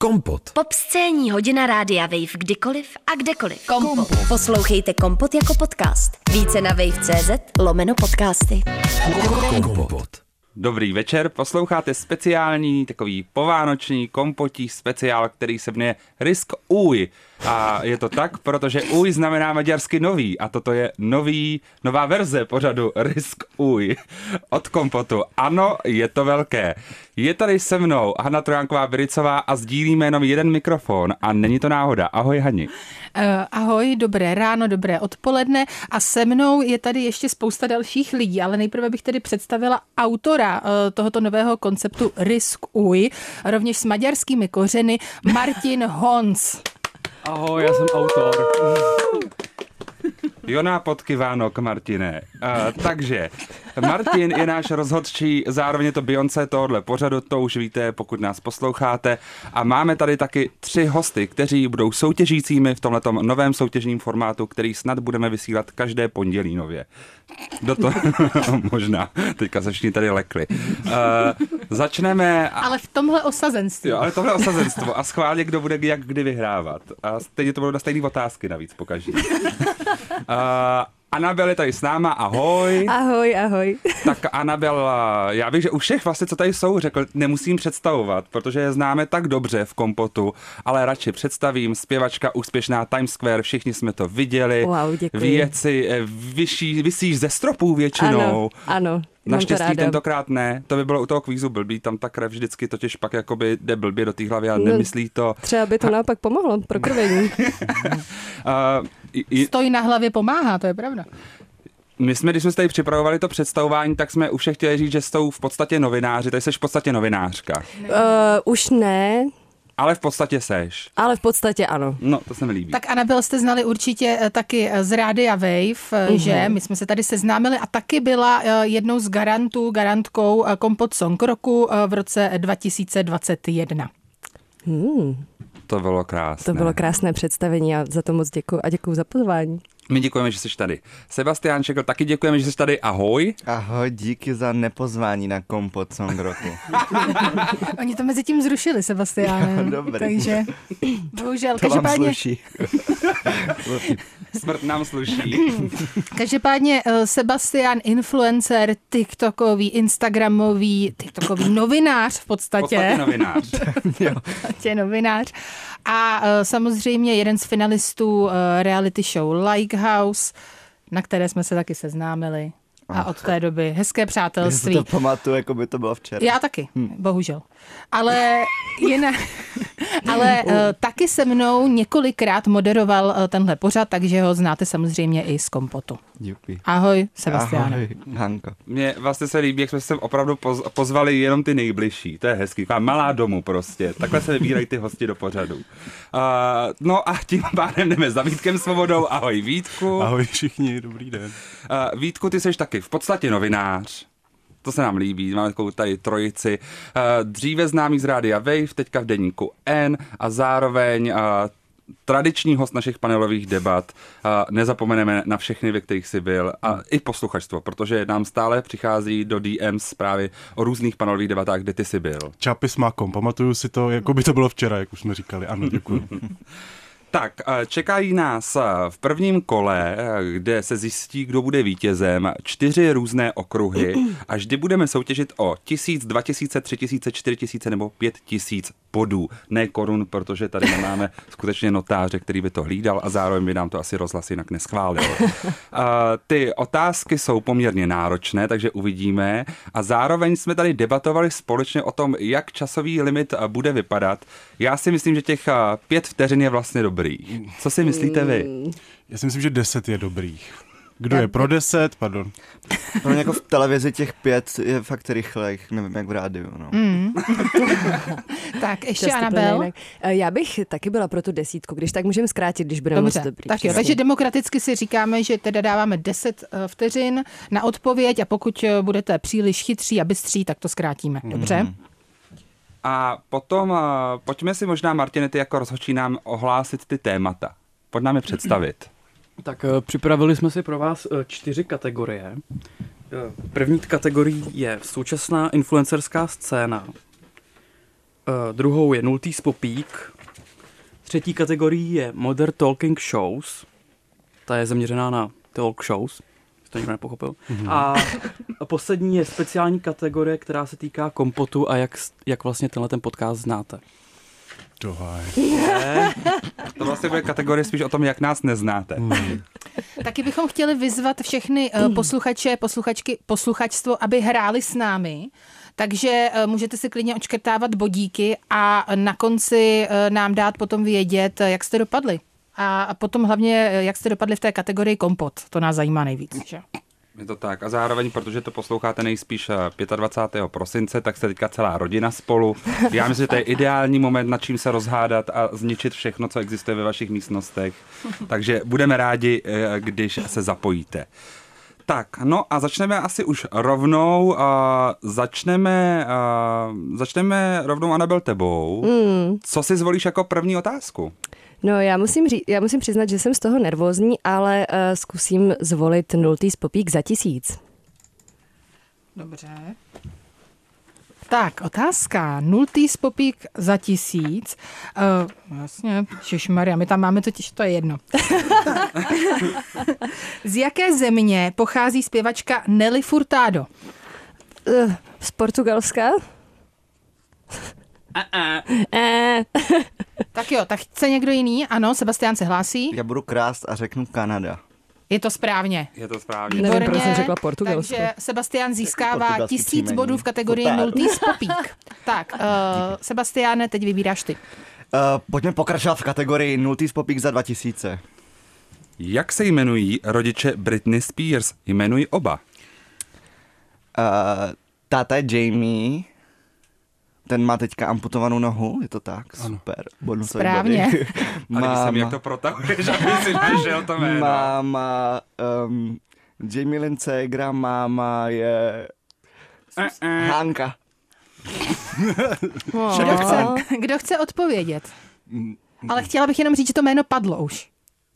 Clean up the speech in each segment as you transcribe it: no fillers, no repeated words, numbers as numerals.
Kompot. Popscénní hodina rádia Wave kdykoliv a kdekoliv. Kompot. Poslouchejte Kompot jako podcast. Více na wave.cz/podcasty. Kompot. Dobrý večer, posloucháte speciální, takový povánoční kompotí speciál, který se jmenuje Risk Uj. A je to tak, protože Uj znamená maďarsky nový a toto je nová verze pořadu Risk Uj od Kompotu. Ano, je to velké. Je tady se mnou Hana Trojánková-Biricová a sdílíme jenom jeden mikrofon a není to náhoda. Ahoj Hani. Ahoj, dobré ráno, dobré odpoledne a se mnou je tady ještě spousta dalších lidí, ale nejprve bych tedy představila autora tohoto nového konceptu Risk Uj, rovněž s maďarskými kořeny, Martin Honc. Ahoj, já jsem autor. Jona Podkyvánok, Martine. Takže Martin je náš rozhodčí, zároveň je to Beyoncé tohohle pořadu, to už víte, pokud nás posloucháte. A máme tady taky 3 hosty, kteří budou soutěžícími v tomhletom novém soutěžním formátu, který snad budeme vysílat každé pondělí nově. Do to možná, teďka se všichni tady lekli. Začneme. Ale v tomhle osazenství. Jo, ale tohle osazenstvo a schválně, kdo bude jak kdy vyhrávat. A stejně to budou na stejné otázky navíc pokaždé. Anabel je tady s náma, ahoj. Ahoj, ahoj. Tak Anabel, já bych, že u všech vlastně, co tady jsou, řekl, nemusím představovat, protože je známe tak dobře v Kompotu, ale radši představím, zpěvačka úspěšná Times Square, všichni jsme to viděli. Wow, děkuji. Věci, vysíš ze stropů většinou. Ano. Naštěstí tentokrát ne, to by bylo u toho kvízu blbý, tam ta krev vždycky totiž pak jakoby jde blbě do té hlavy a nemyslí to. Třeba by to naopak pomohlo pro krvení. Stoj na hlavě pomáhá, to je pravda. Když jsme si tady připravovali to představování, tak jsme u všech chtěli říct, že jsou v podstatě novináři, tady jsi v podstatě novinářka. Už ne. Ale v podstatě seš. Ale v podstatě ano. No, to se mi líbí. Tak Anabel jste znali určitě taky z Rádia Wave, že? My jsme se tady seznámili a taky byla jednou z garantkou Kompot Song roku v roce 2021. To bylo krásné. To bylo krásné představení a za to moc děkuji a děkuji za pozvání. My děkujeme, že jsi tady. Sebastián Čekl, taky děkujeme, že jsi tady. Ahoj. Ahoj, díky za nepozvání na Kompot Song roku. Oni to mezi tím zrušili, Sebastiánem. Dobrý. Takže bohužel. To vám sluší. Smrt nám sluší. Každopádně Sebastián, influencer, tiktokový novinář v podstatě. Novinář. A samozřejmě jeden z finalistů reality show Likehouse, na které jsme se taky seznámili. A od té doby hezké přátelství. Já to pamatuju, jako by to bylo včera. Já taky, bohužel. Ale taky se mnou několikrát moderoval tenhle pořad, takže ho znáte samozřejmě i z Kompotu. Díky. Ahoj, Sebastián. Ahoj, Hanko. Mně vlastně se líbí, jak jsme se opravdu pozvali jenom ty nejbližší. To je hezký. Taková malá domů prostě. Takhle se vybírají ty hosti do pořadu. No a tím pádem jdeme za Vítkem Svobodou. Ahoj Vítku. Ahoj všichni, dobrý den. Vítku, ty jsi taky v podstatě novinář. To se nám líbí, máme takovou tady trojici. Dříve známý z Rádia Wave, teďka v deníku N a zároveň tradiční host našich panelových debat. Nezapomeneme na všechny, ve kterých jsi byl a i posluchačstvo, protože nám stále přichází do DM zprávy o různých panelových debatách, kde ty jsi byl. Čápy s mákom, pamatuju si to, jako by to bylo včera, jak už jsme říkali. Ano, děkuji. Tak, čekají nás v prvním kole, kde se zjistí, kdo bude vítězem, 4 různé okruhy a vždy budeme soutěžit o 1000, 2000, 3000, 4000 nebo 5000 bodů. Ne korun, protože tady nemáme skutečně notáře, který by to hlídal a zároveň by nám to asi rozhlas jinak neschválil. Ty otázky jsou poměrně náročné, takže uvidíme a zároveň jsme tady debatovali společně o tom, jak časový limit bude vypadat. Já si myslím, že těch 5 vteřin je vlastně dobrý. Co si myslíte vy? Já si myslím, že 10 je dobrých. Kdo je pro 10? Pardon. Pro mě jako v televizi těch 5 je fakt rychlejch, nevím jak v rádiu. No. Tak, ještě Anabel. Já bych taky byla pro tu 10, když tak můžeme zkrátit, když budeme moc dobrý. Tak jo, takže demokraticky si říkáme, že teda dáváme 10 vteřin na odpověď a pokud budete příliš chytří a bystří, tak to zkrátíme. Dobře? A potom pojďme si možná, Martine, ty jako rozhodčí nám ohlásit ty témata. Pojď nám je představit. Tak připravili jsme si pro vás 4 kategorie. První kategorii je současná influencerská scéna. Druhou je Nultý Popík. Třetí kategorii je Modern Talking Shows. Ta je zaměřená na talk shows. To nikdo nepochopil. A poslední je speciální kategorie, která se týká kompotu a jak vlastně tenhle ten podcast znáte. To vlastně bude kategorie spíš o tom, jak nás neznáte. Taky bychom chtěli vyzvat všechny posluchače, posluchačky, posluchačstvo, aby hráli s námi. Takže můžete si klidně odškrtávat bodíky a na konci nám dát potom vědět, jak jste dopadli. A potom hlavně, jak jste dopadli v té kategorii kompot. To nás zajímá nejvíc. Že? Je to tak. A zároveň, protože to posloucháte nejspíš 25. prosince, tak jste teďka celá rodina spolu. Já myslím, že to je ideální moment, nad čím se rozhádat a zničit všechno, co existuje ve vašich místnostech. Takže budeme rádi, když se zapojíte. Tak, no a začneme asi už rovnou. Začneme rovnou, Anabel, tebou. Co si zvolíš jako první otázku? No, já musím přiznat, že jsem z toho nervózní, ale zkusím zvolit Nultý Popík za 1000. Dobře. Tak, otázka. Nultý Popík za 1000. Vlastně, ježišmarja, my tam máme totiž, to je jedno. Z jaké země pochází zpěvačka Nelly Furtado? Z Portugalska? Tak jo, tak chce někdo jiný? Ano, Sebastián se hlásí. Já budu krást a řeknu Kanada. Je to správně. Je to správně. Nevím, proč jsem řekla Portugalsko. Takže Sebastián získává Portugalský 1000 příjmení. bodů v kategorii Nultý Popík. Tak, Sebastiáne, teď vybíráš ty. Pojďme pokračovat v kategorii Nultý Popík za 2000. Jak se jmenují rodiče Britney Spears? Jmenují oba. Táta je Jamie, ten má teďka amputovanou nohu, je to tak? Super. Bonusový Správně. body. Ale když jsem, jak to protahuješ, aby si našel to jméno. Máma, Jamie Lynn Segra, máma je Hanka. Kdo chce odpovědět? Ale chtěla bych jenom říct, že to jméno padlo už.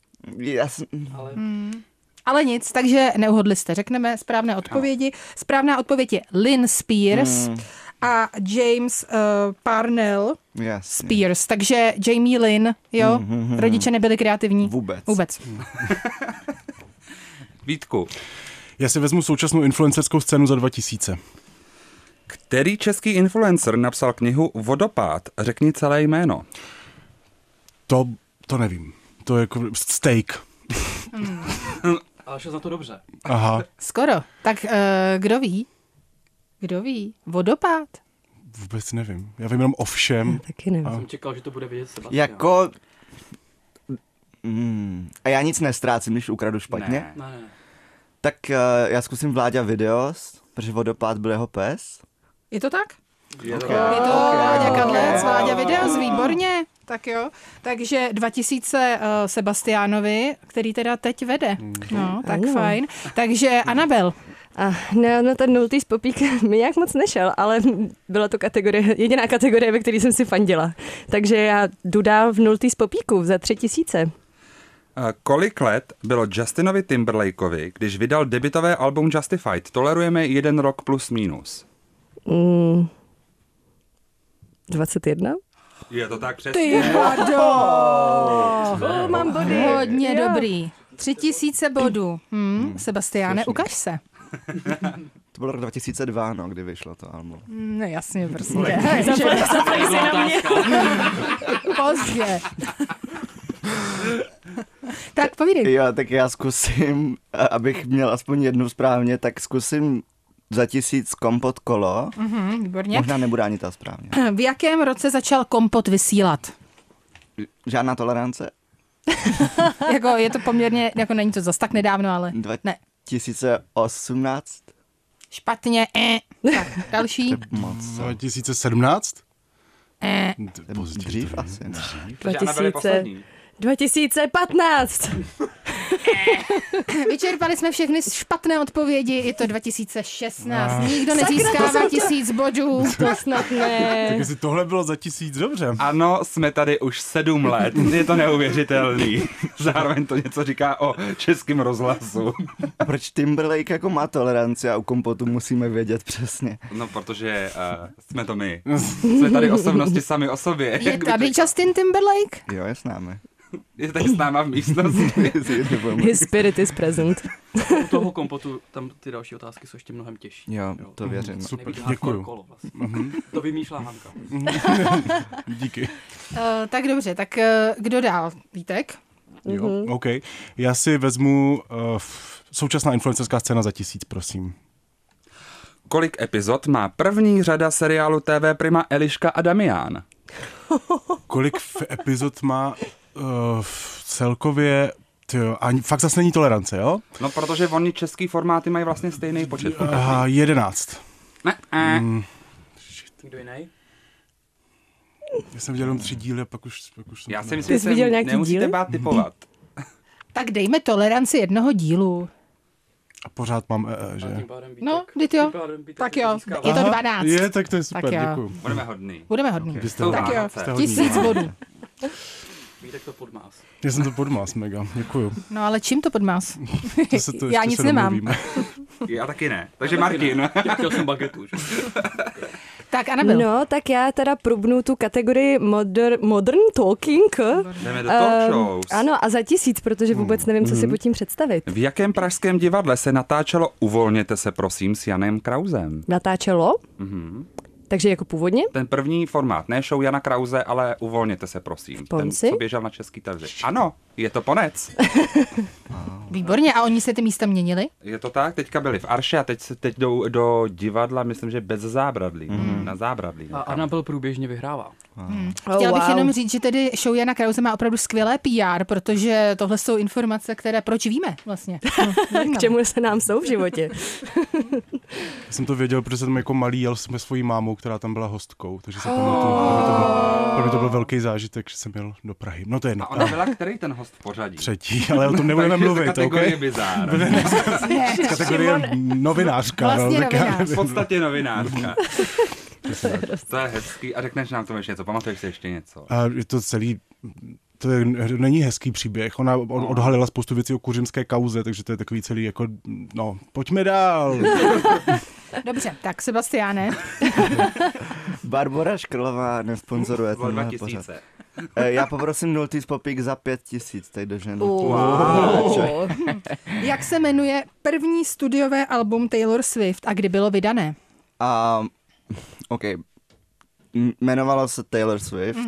Ale nic, takže neuhodli jste. Řekneme správné odpovědi. Správná odpověď je Lynn Spears a James Parnell Spears. Takže Jamie Lynn, jo? Rodiče nebyli kreativní? Vůbec. Vítku. Já si vezmu současnou influencerskou scénu za 2000. Který český influencer napsal knihu Vodopád? Řekni celé jméno. To nevím. To je jako steak. Ale šel za to dobře. Aha. Skoro. Tak kdo ví? Kdo ví? Vodopád? Vůbec nevím. Já vím jenom o všem. Taky nevím. Jsem čekal, že to bude vědět Sebastián. Jako... A já nic nestrácím, když ukradu špatně. Ne. Tak já zkusím Vláďa Videos, protože Vodopád byl jeho pes. Je to tak? Je to Vláďa Kadlec, Vláďa Videos, výborně. Tak jo. Takže 2000 Sebastiánovi, který teda teď vede. No, tak fajn. Takže Anabel. No ten Nultý Popík mi nějak moc nešel, ale byla to jediná kategorie, ve které jsem si fandila. Takže já jdu dál v Nultý Popíku za 3000. Kolik let bylo Justinovi Timberlakeovi, když vydal debutové album Justified? Tolerujeme 1 rok plus minus. 21? Je to tak přesně. Ty vado! Mám body. Hodně dobrý. 3000 bodů. Sebastiáne, ukaž se. To bylo rok 2002, no, kdy vyšlo to album. No jasně, prostě. Pozdě. Tak povídej. Jo, tak já zkusím, abych měl aspoň jednu správně, tak zkusím za 1000 Kompot kolo. Výborně. Možná nebude ani ta správně. V jakém roce začal Kompot vysílat? Žádná tolerance? Jako je to poměrně, jako není to zas tak nedávno, ale ne. 2018? Špatně. Tak, další. Moc. 2017? Dřív asi. Ne. 2015. Vyčerpali jsme všechny špatné odpovědi, je to 2016. Nikdo nezískává 1000 bodů. To snad ne. Tak jestli tohle bylo za 1000, dobře. Ano, jsme tady už 7 let. Je to neuvěřitelný. Zároveň to něco říká o Českém rozhlasu. A proč Timberlake jako má toleranci a u kompotu musíme vědět přesně? No, protože jsme to my. Jsme tady osobnosti sami o sobě. Je tady Justin Timberlake? Jo, je s námi. Je tady s náma v místnosti. His spirit is present. U toho kompotu tam ty další otázky jsou ještě mnohem těžší. Jo, to věřím. Super, Nejvíc děkuju. hardcore kolo vlastně. To vymýšlá Hanka. Díky. Tak dobře, tak kdo dál? Vítek? Jo, OK. Já si vezmu současná influencerská scéna za 1000, prosím. Kolik epizod má první řada seriálu TV Prima Eliška a Damián? Kolik epizod má celkově... Tyjo, a fakt zase není tolerance, jo? No, protože oni český formáty mají vlastně stejný počet. 11. Kdo jiný? Já jsem viděl jenom 3 díly a pak už jsem... Já si myslím, jsi viděl že nějaký nemusíte díly? bát typovat. Tak dejme toleranci jednoho dílu. A pořád mám že? Tím pádem Vítek. No, vždyť jo. Tím pádem Vítek Tak jo, získává. je to 12. Je, tak to je super, Tak jo. děkuju. Budeme hodný. Budeme hodný. Vy jste To Tak hodní. jo, Jste hodní. 1000 bodů. Vítek to podmás. Já jsem to podmás, mega, děkuju. No ale čím to podmás? To se to Já ještě nic se nemám. domluvíme. Já taky ne. Takže Martin. Chtěl jsem bagetu, že? Tak Anabel. No, tak já teda probnu tu kategorii modern talking. Jdeme do talk shows. Ano, a za 1000, protože vůbec nevím, co si pod tím představit. V jakém pražském divadle se natáčelo Uvolněte se prosím s Janem Krausem? Natáčelo? Takže jako původně? Ten první formát, ne show Jana Krause, ale Uvolněte se prosím. Ten, Ponci? co běžel na Český televizi. Ano, je to Ponec. Výborně, a oni se ty místa měnili? Je to tak, teďka byli v Arše a teď jdou do divadla, myslím, že bez zábradlí. Na zábradlí. A Anabel průběžně vyhrává. Chtěla bych jenom říct, že tedy show Jana Krause má opravdu skvělé PR, protože tohle jsou informace, které proč víme vlastně. K čemu se nám jsou v životě. Já jsem to věděl, protože jsem jako malý jel jsme svojí mámou, která tam byla hostkou, takže se pamatuju. Pro mě to byl velký zážitek, že jsem jel do Prahy. No to je A ona byla který ten host v pořadí? 3, ale o tom nebudeme mluvit, Kategorie ok? bizár. Kategorie novinářka. Vlastně no, tak já novinář. nevím. V podstatě novinářka. To je hezký. A řekneš nám tomu ještě něco, pamatuješ si ještě něco? A je to celý... není hezký příběh. Ona odhalila spoustu věcí o kuřimské kauze, takže to je takový celý jako, no, pojďme dál. Dobře, tak Sebastiáne. Barbora Škrlová nesponzoruje Bylo tenhle 2000. pořad. Já poprosím 0. popík za 5000, tady do ženu. Wow. Jak se jmenuje první studiové album Taylor Swift a kdy bylo vydané? OK. Jmenovalo se Taylor Swift.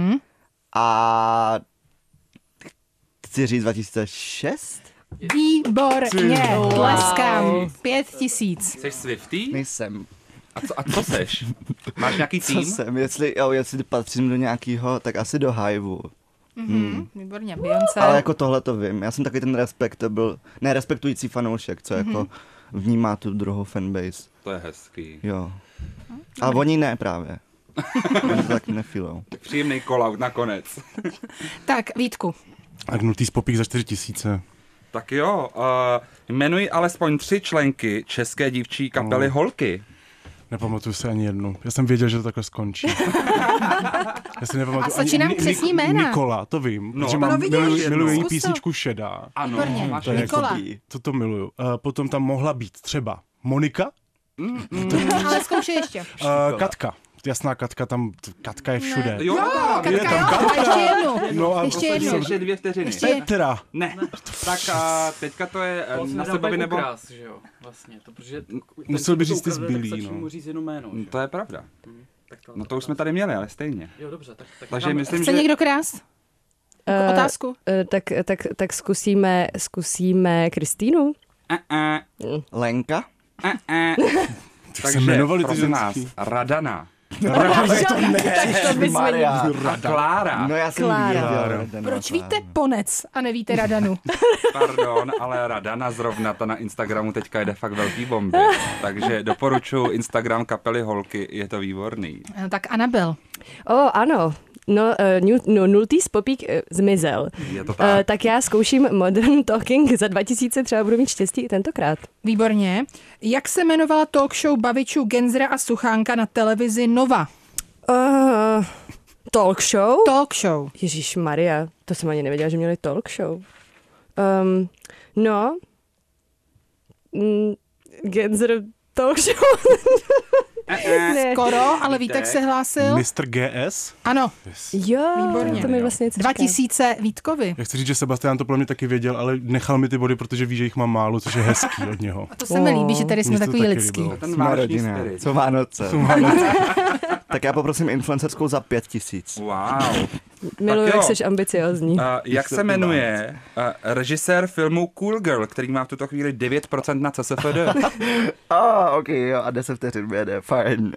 A chci říct 2006? Výborně, tleskám. 5000. Jsi Swifty? Nejsem. A co seš? Máš nějaký Co tým? jsem? Jestli patřím do nějakého, tak asi do Hiveu. Výborně, Beyoncé. Ale jako tohle to vím. Já jsem takový ten respektující fanoušek, co jako vnímá tu druhou fanbase. To je hezký. Jo. Ale oni ne právě. Oni to taky nefilou. Příjemný call-out nakonec. Tak, Vítku. A nutý popík za 4000. Tak jo, jmenuji alespoň 3 členky české dívčí kapely Holky. Nepamatuju si ani jednu. Já jsem věděl, že to takhle skončí. Já si nepamatuju A stačí nám křestní jména. Nikola, to vím. No. Protože No vidíš, miluji její zkus to. písničku Šedá. Ano, Výborně. máš To je Nikola. To miluju. Potom tam mohla být třeba Monika, Ale zkoušej ještě. Katka. Jasná Katka, Katka je všude. Jo, Katka, je tam jo, Katka. a ještě jednu. No a Ještě jednu. ještě 2 vteřiny. Ještě jednu. Petra. Ne, tak teďka to je na sebe nebo... Ukráz, že jo, vlastně. To, protože Musel by říct ty ukradne, tak zbylý, stačí no. mu říct jenom jméno. že jo. To je pravda. Tak No to už jsme tady měli, ale stejně. Jo, dobře, tak Takže máme- myslím, Chce že... někdo krást? Otázku? Tak zkusíme Kristýnu. Lenka? Tak se jmenovali ty prosím vás, ženský. Radana. Maria. A Klára. No já jsem Klára. věděl. Radana, Proč Klára. víte Ponec a nevíte Radanu? Pardon, ale Radana zrovna, ta na Instagramu teďka jde fakt velký bomby. Takže doporučuji Instagram kapely Holky, je to výborný. Tak Anabel. Ano. nultý spopík zmizel. Je to tak. Tak já zkouším Modern Talking za 2000, třeba budu mít štěstí i tentokrát. Výborně. Jak se jmenovala talk show bavičů Genzera a Suchánka na televizi Nova? Talk show? Talk show. Ježíš Maria, to jsem ani nevěděla, že měli talk show. Genzer talk show. Ne. Skoro, ale Vítek se hlásil. Mr. GS? Ano, Jo, Výborně. to mi vlastně něco říká. 2000 Vítkovi. Já chci říct, že Sebastián to podle mě taky věděl, ale nechal mi ty body, protože ví, že jich mám málo, což je hezký od něho. A to se mi líbí, že tady jsme Mně to takový taky lidský. líbilo. Ten Jsme vánoční rodina. spirit. Co Vánoce. Tak já poprosím influencerskou za 5000. Wow. Miluju, Tak jo. jak jsi ambiciozní. Jak se jmenuje režisér filmu Cool Girl, který má v tuto chvíli 9% na CSFD? Ok, jo, a 10 vteřin jede, fajn.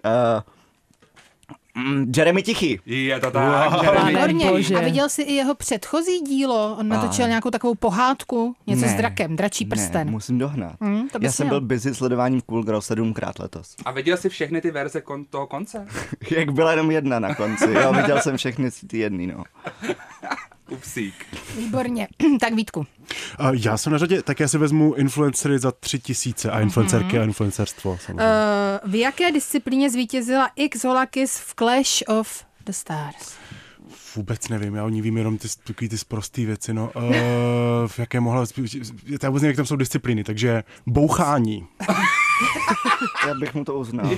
Jeremy Tichý. Je to tak. Jeremy. Výborně. Bože. A viděl jsi i jeho předchozí dílo? On natočil nějakou takovou pohádku, něco s drakem, dračí prsten. Ne, musím dohnat. To bys Já jsem měl. byl busy sledováním Cool Girl 7krát letos. A viděl jsi všechny ty verze toho konce? Jak byla jenom jedna na konci. Jo, viděl jsem všechny ty jedný, no. Upsík. Výborně. Tak Vítku. Já jsem na řadě, tak já si vezmu influencery za 3000 a influencerky a influencerstvo. Samozřejmě. V jaké disciplíně zvítězila X Holakis v Clash of the Stars? Vůbec nevím, já o ní vím jenom ty sprostý věci, no. V jaké mohla, já vůbec nevím, jak tam jsou disciplíny, takže bouchání. Já bych mu to uznal.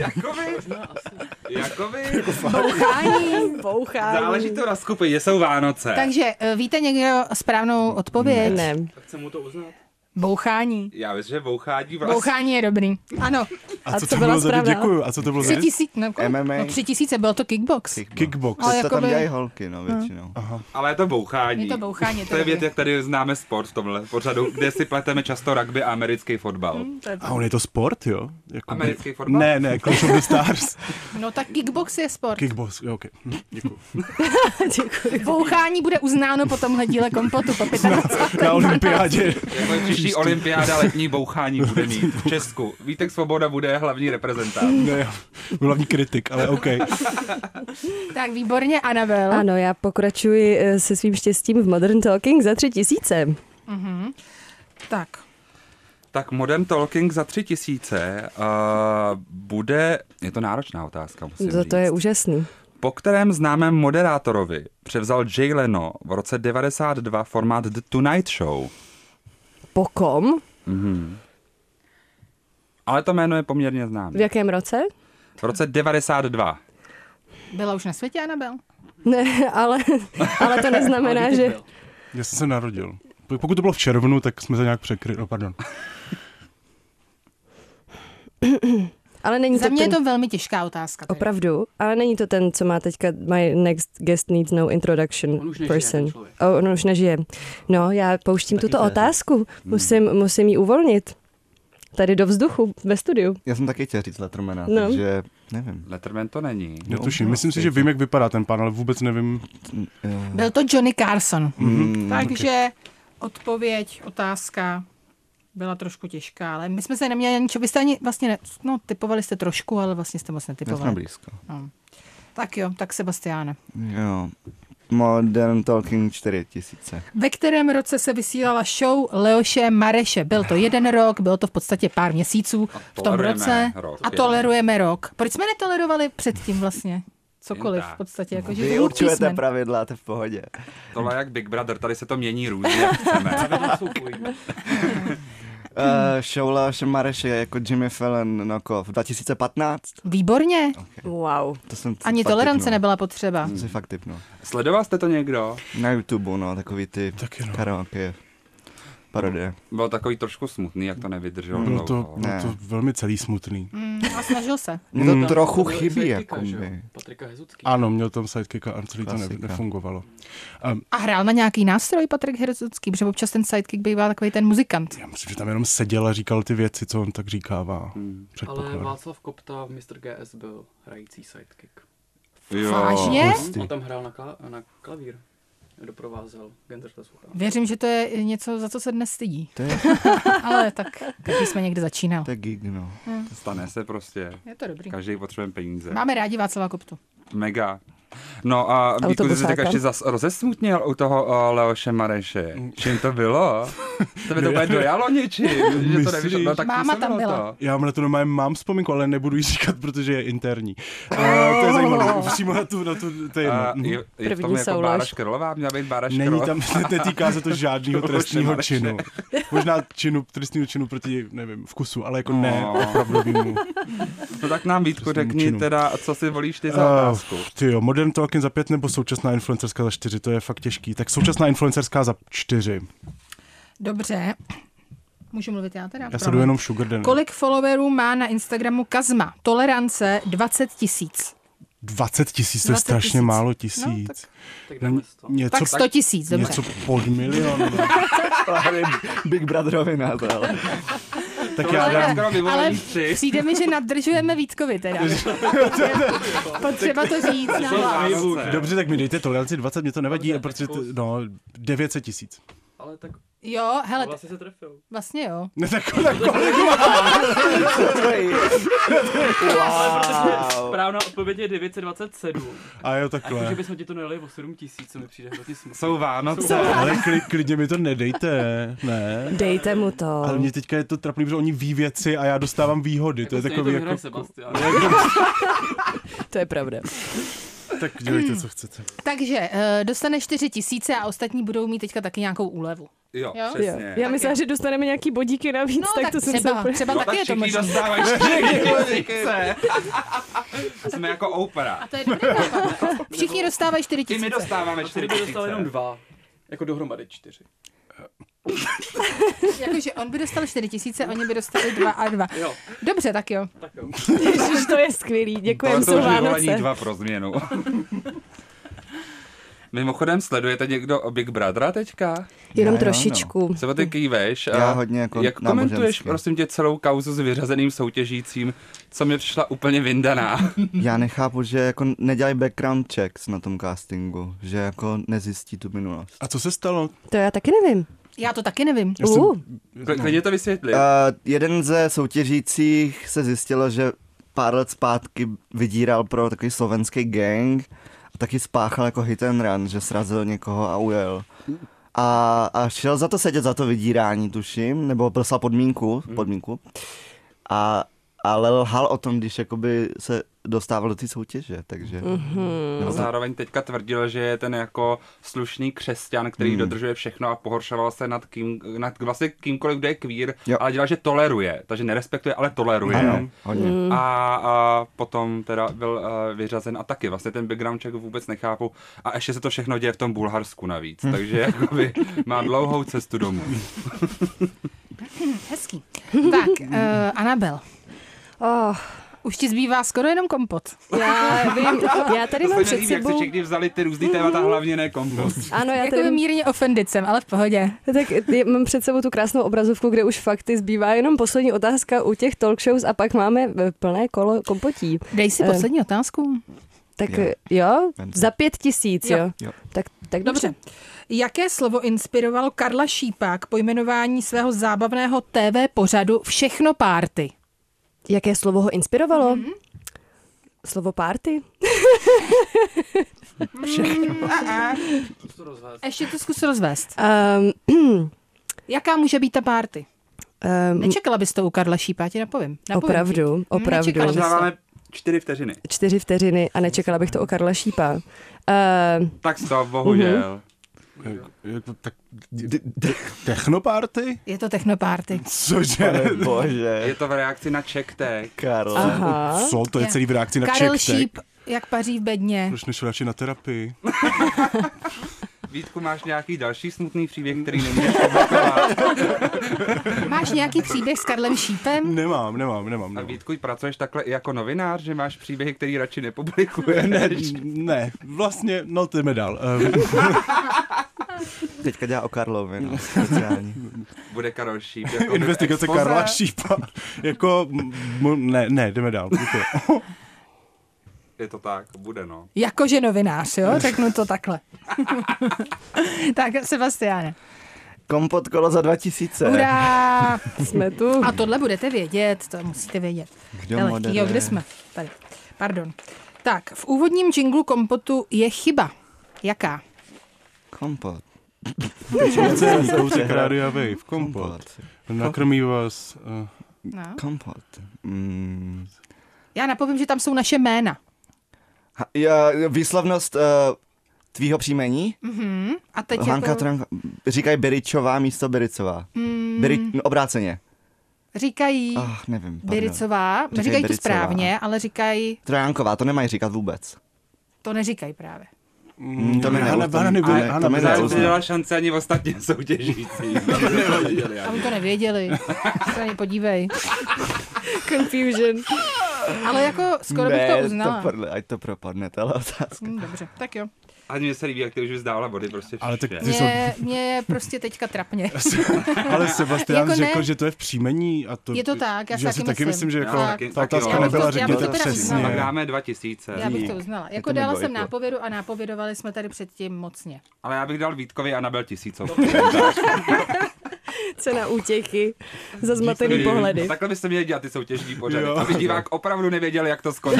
Jakoby? Bouchání. Záleží to na skupině, jsou Vánoce. Takže víte někdo správnou odpověď? Ne. Chci mu to uznat. Bouchání. Já myslím, že bouchání vlastně. Bouchání je dobrý. Ano. A co co to byla bylo za správná? děkuju. A co to bylo za 3000, no, MMA. 3000, bylo to kickbox. kickbox? Ale To tam jakoby- dělají holky, no, většinou. Ale je to bouchání. Je to bouchání, to To je je věc, dobrý. jak tady známe sport v tomhle pořadu, kde si pleteme často rugby a americký fotbal. A on je to sport, jo? Jako Americký fotbal? Ne, Clash of the Stars. No tak kickbox je sport. Kickbox, jo, ok. Děkuju. Bouchání bude uznáno po tomhle díle kompotu po 25. Na olympiádě. Jako příští olympiáda letní bouchání bude mít v Česku. Vítek Svoboda bude hlavní reprezentant. Ne, hlavní kritik, ale ok. Tak výborně, Anabel. Ano, já pokračuji se svým štěstím v Modern Talking za 3000. Tak. Tak Modern Talking za 3000 bude, je to náročná otázka, musím říct. To je úžasný. Po kterém známém moderátorovi převzal Jay Leno v roce 92 formát The Tonight Show. Po kom? Ale to jméno je poměrně V známé. jakém roce? V roce 92. Byla už na světě, Anabel? Ne, ale to neznamená, že... Já jsem se narodil. Pokud to bylo v červnu, tak jsme se nějak překryli. No, pardon. Ale není Za to mě je ten... to velmi těžká otázka. Tady. Opravdu, ale není to ten, co má teďka My next guest needs no introduction On už nežije, person. ten člověk. On už nežije. No, já pouštím tuto otázku. Musím ji uvolnit. Tady do vzduchu, ve studiu. Já jsem taky chtěl říct Lettermana, No. takže nevím. Letterman to není. Netuším. Myslím si, že vím, jak vypadá ten pán, ale vůbec nevím. Byl to Johnny Carson. Takže odpověď, otázka byla trošku těžká, ale my jsme se neměli ničeho, vy jste ani vlastně, typovali jste trošku, ale vlastně jste moc Já jsme netypovali. blízko. Tak jo, tak Sebastiáne. Jo. Modern Talking 4000. Ve kterém roce se vysílala show Leoše Mareše? Byl to 1 rok, bylo to v podstatě pár měsíců v tom tolerujeme roce rok. a tolerujeme rok. Proč jsme netolerovali předtím vlastně? Cokoliv v podstatě, jako že Vy to určujete pravidla, to je v pohodě. Tohle je jak Big Brother, tady se to mění různě, jak chceme. Show Leoše Mareše jako Jimmy Fallon knockoff 2015. Výborně. Wow. To jsem Ani fakt tolerance tipnul. nebyla potřeba. To si fakt tipnul. Sledoval jste to někdo? Na YouTube, no, takový ty Taky no. karaoke parodie. Byl takový trošku smutný, jak to nevydrželo Bylo to Ne. velmi celý smutný. A snažil se. Mně to trochu To byl chybí, sidekicka, jako že jo? by. Patrika Hezucký. Ano, měl tam sidekicka a celý to Klasika. nefungovalo. A hrál na nějaký nástroj Patrik Herzocký, protože občas ten sidekick bývá takový ten muzikant. Já myslím, že tam jenom seděl a říkal ty věci, co on tak říkává. Ale Předpokládám. Václav Kopta v Mr. GS byl hrající sidekick. Vážně? On tam hrál na klavír. Doprovázel Genderta Sucha. Věřím, že to je něco, za co se dnes stydí. To je, Ale tak, každý jsme někde začínal. to je gig, no. Stane se prostě. Je to dobrý. Každý potřebuje peníze. Máme rádi Václava Koptu. Mega. No a Vítku, ty jsi Autobusáka. tak ještě zas rozesmutnil u toho Leoše Mareše. Čím to bylo? Tebe to úplně dojalo něčím, že to nevyšlo. No, tak Máma působilo tam byla. to. Já na to normálně mám vzpomínku, ale nebudu ji říkat, protože je interní. To je zajímavé. Přímo na tu to je A jedno. je v tom První jako soulož. Bára Škrlová? Měla být Bára Není Škrlová? tam, netýká se to žádného Leoše trestního Mareše. činu. Možná trestního činu proti, nevím, vkusu, ale jako ne opravdovýmu. No tak nám, Vítku, Trestnému řekni činu. teda, co si volíš ty za otázku. Tyjo, Modern Talking za 5 nebo současná influencerská za 4, to je fakt těžký. Tak současná influencerská za 4. Dobře. Můžu mluvit já teda? Já sleduju jenom Sugar Daddy. Kolik followerů má na Instagramu Kazma? Tolerance 20 000. 20 000, to je 20 strašně 000. málo No, tisíc. Tak dáme 100. Něco, Tak 100 000, dobře. něco pod milion. Big Brotherovi na to, ale... Tak já dám... Skoro Ale vyvolení 3. přijde mi, že nadržujeme Vítkovi teda. Potřeba to říct na hlas. Dobře, tak mi dejte toleranci 20, mě to nevadí, Dobře, protože tak 900 000. Ale tak Jo, hele, vlastně se trefil. vlastně jo. Ne, tak Wow. Správná odpověď je 927. a jo, A takhle. jakože bychom ti to nelili o 7 000, co mi přijde hrozně smutné. Jsou Vánoce. Ale klidně mi to nedejte, ne. Dejte mu to. Ale mě teďka je to trapný, protože oni ví věci a já dostávám výhody. To je takový jako... Sebastian. To je pravda. Tak dělejte, co chcete. Takže dostane 4 000 a ostatní budou mít teďka taky nějakou úlevu. Jo, Jo? přesně. Já myslela, že dostaneme nějaký bodíky navíc, No, tak to jsem se třeba, úplně... třeba No taky tak je to všichni možné. dostávají 4 000. Jsme jako Oprah. To je dobrý nápad. Všichni dostávají 4 I my 000. dostáváme A 4 by dostal 000. jenom 2. Jako dohromady 4. Jakože on by dostal 4 000, oni by dostali 2 a 2. Jo, Dobře, tak jo. tak jo. Ježiš, to je skvělý, děkujem, To jsou jsou vyvolení Vánoce. 2 pro změnu. Mimochodem, sledujete někdo Big Brothera teďka? Jenom Já jo, trošičku. Co ty kýveš? Já hodně jako Jak komentuješ, náboženský. prosím tě, celou kauzu s vyřazeným soutěžícím, co mi přišla úplně vyndaná? Já nechápu, že jako nedělají background checks na tom castingu, že jako nezjistí tu minulost. A co se stalo? To já taky nevím. Já to taky nevím. Já jsem- Klidně to vysvětli. Jeden ze soutěžících se zjistilo, že pár let zpátky vydíral pro takový slovenský gang a taky spáchal jako hit and run, že srazil někoho a ujel. A šel za to sedět, za to vydírání, tuším, nebo dostal podmínku. Ale lhal o tom, když jakoby se dostával do té soutěže, takže... A zároveň teďka tvrdil, že je ten jako slušný křesťan, který dodržuje všechno a pohoršoval se nad vlastně kýmkoliv, kdo je queer, Jo. ale dělal, že toleruje, takže nerespektuje, ale toleruje. Ano, hodně. A potom teda byl vyřazen a taky vlastně ten background check vůbec nechápu a ještě se to všechno děje v tom Bulharsku navíc, takže jakoby má dlouhou cestu domů. Hezký. Tak, Anabel, Oh, už ti zbývá skoro jenom kompot. já vím, já tady mám To před nevím, jak se sebou... všichni vzali ty různý témata, hlavně ne kompost. Ano, já Jako tady mírně offended jsem, ale v pohodě. Tak mám před sebou tu krásnou obrazovku, kde už fakt zbývá jenom poslední otázka u těch talk shows a pak máme plné kolo kompotí. Dej si poslední otázku. Tak Jo. jo, Vem si. za 5 000, jo. Jo. Tak Dobře. Jaké slovo inspirovalo Karla Šípa k pojmenování svého zábavného TV pořadu Všechno party? Jaké slovo ho inspirovalo? Slovo party? Ještě to zkus rozvést. Um, Jaká může být ta party? Nečekala bys to u Karla Šípa, já ti napovím. opravdu. Nečekala bys to. Dáváme 4 vteřiny. 4 vteřiny a nečekala bych to o Karla Šípa. Tak to bohužel. Tak technoparty? Je to technoparty. Cože? Bože, Je to v reakci na Čektek. Karl. Aha. Co? To je celý v reakci na Karel Czech Tech. Šíp, jak paří v bedně. Proč nešel radši na terapii? Vítku, máš nějaký další smutný příběh, který nemůžeš publikovat? Máš nějaký příběh s Karlem Šípem? Nemám. A Vítku, pracuješ takhle i jako novinář, že máš příběhy, který radši nepublikuješ? Ne, vlastně, no jdeme dál. Teďka dělá o Karlovi, no, speciální. Bude Karel Šíp. Jako Investigace expoze. Karla Šípa. Jako, ne, jdeme dál. Děkuji. Je to tak, bude no. Jakože novinář, jo? Řeknu to takhle. Tak, Sebastiáne. Kompot kolo za 2000. Hurá! Jsme tu. A tohle budete vědět, to musíte vědět. Kdo Hele, moderuje? jo, kde jsme? Tady. Pardon. Tak, v úvodním jinglu Kompotu je chyba. Jaká? Kompot. Kousek Rádia Wave, kompot. Nakrmí vás... No. Kompot. Já napovím, že tam jsou naše jména. Výslovnost tvýho příjmení? A teď Hanka, jako... Tranka, říkají Beričová místo Bericová. Obráceně. Říkají Nevím. Biricová, neříkají to správně, ale říkají... Trojanková, to nemají říkat vůbec. To neříkají právě. To mi neměla šance ani ostatní soutěžící. A oni to nevěděli. Se na ně podívej. Confusion. Ale jako skoro bych to uznala. Ať to propadne, tahle otázka. Dobře, tak jo. A mně se líbí, jak ty už vzdávala body prostě Ale tak Mně je prostě teďka trapně. Ale Sebastián Jako řekl, ne. že to je v příjmení. A to, Je to tak, já že si taky myslím, že jako taky ta otázka jo. nebyla, Já bych řekněte to teda přesně. uznala. Pak dáme 2000. Já bych to uznala. Jako to dala nebo jsem jako. nápovědu a nápovědovali jsme tady předtím mocně. Ale já bych dal Vítkovi a Anabel 1000. Cena útěchy za zmatený pohledy. Takhle byste měli dělat ty soutěžní pořady, aby divák opravdu nevěděl, jak to skončí.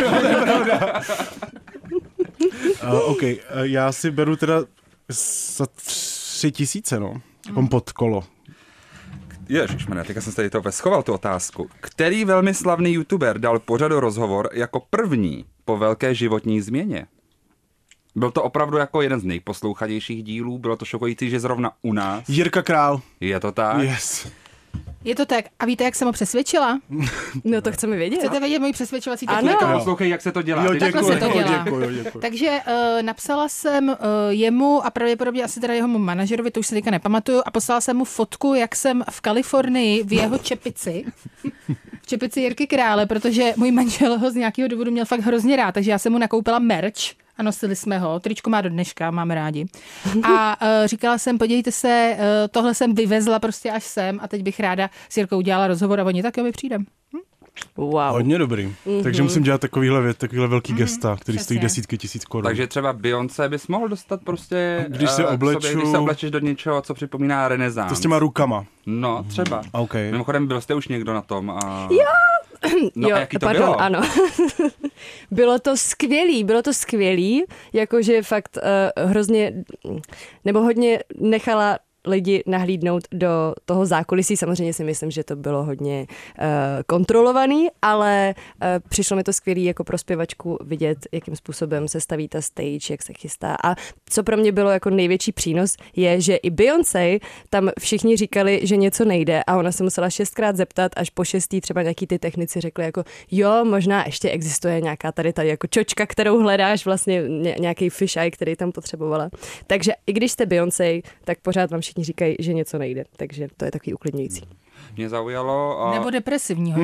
OK, já si beru teda za 3000, no. Kompot kolo. Ježišmane, teďka jsem se tady to schoval tu otázku. Který velmi slavný youtuber dal pořadu rozhovor jako první po velké životní změně? Byl to opravdu jako jeden z nejposlouchanějších dílů, bylo to šokující, že zrovna u nás. Jirka Král. Je to tak? Yes. Je to tak. A víte, jak jsem ho přesvědčila? No to chceme vědět. Chcete vědět moji přesvědčovací Ano. techniku? Poslouchej, jak se to dělá. Jo, Teď Takhle se to dělá. Děkuji. Takže napsala jsem jemu a pravděpodobně asi teda jeho manažerovi, to už se teďka nepamatuju, a poslala jsem mu fotku, jak jsem v Kalifornii v jeho čepici. V čepici Jirky Krále, protože můj manžel ho z nějakého důvodu měl fakt hrozně rád, takže já jsem mu nakoupila merch a nosili jsme ho. Tričko má do dneška, máme rádi. A říkala jsem, podívejte se, tohle jsem vyvezla prostě až sem a teď bych ráda s Jirkou udělala rozhovor a oni tak jo, my přijdem. Wow. Hodně dobrý. Takže musím dělat takovýhle velký gesta, který stojí přesně. desítky tisíc korun. Takže třeba Beyoncé bys mohl dostat prostě, Když se obleču- když se oblečeš do něčeho, co připomíná renesans. To s těma rukama. No, třeba. OK. Mimochodem, byl jste už někdo na tom? A... Jo! No a jaký to bylo? Ano. Bylo to skvělý, jakože fakt hrozně, nebo hodně nechala lidi nahlídnout do toho zákulisí. Samozřejmě si myslím, že to bylo hodně kontrolovaný, ale přišlo mi to skvělý jako pro zpěvačku vidět, jakým způsobem se staví ta stage, jak se chystá. A co pro mě bylo jako největší přínos, je, že i Beyoncé tam všichni říkali, že něco nejde a ona se musela 6krát zeptat, až po 6. třeba nějaký ty technici řekli jako jo, možná ještě existuje nějaká tady jako čočka, kterou hledáš, vlastně nějaký fish eye, který tam potřebovala. Takže i když jste Beyoncé, tak pořád vám všichni říkají, že něco nejde. Takže to je takový uklidňující. Mě zaujalo... Nebo depresivního.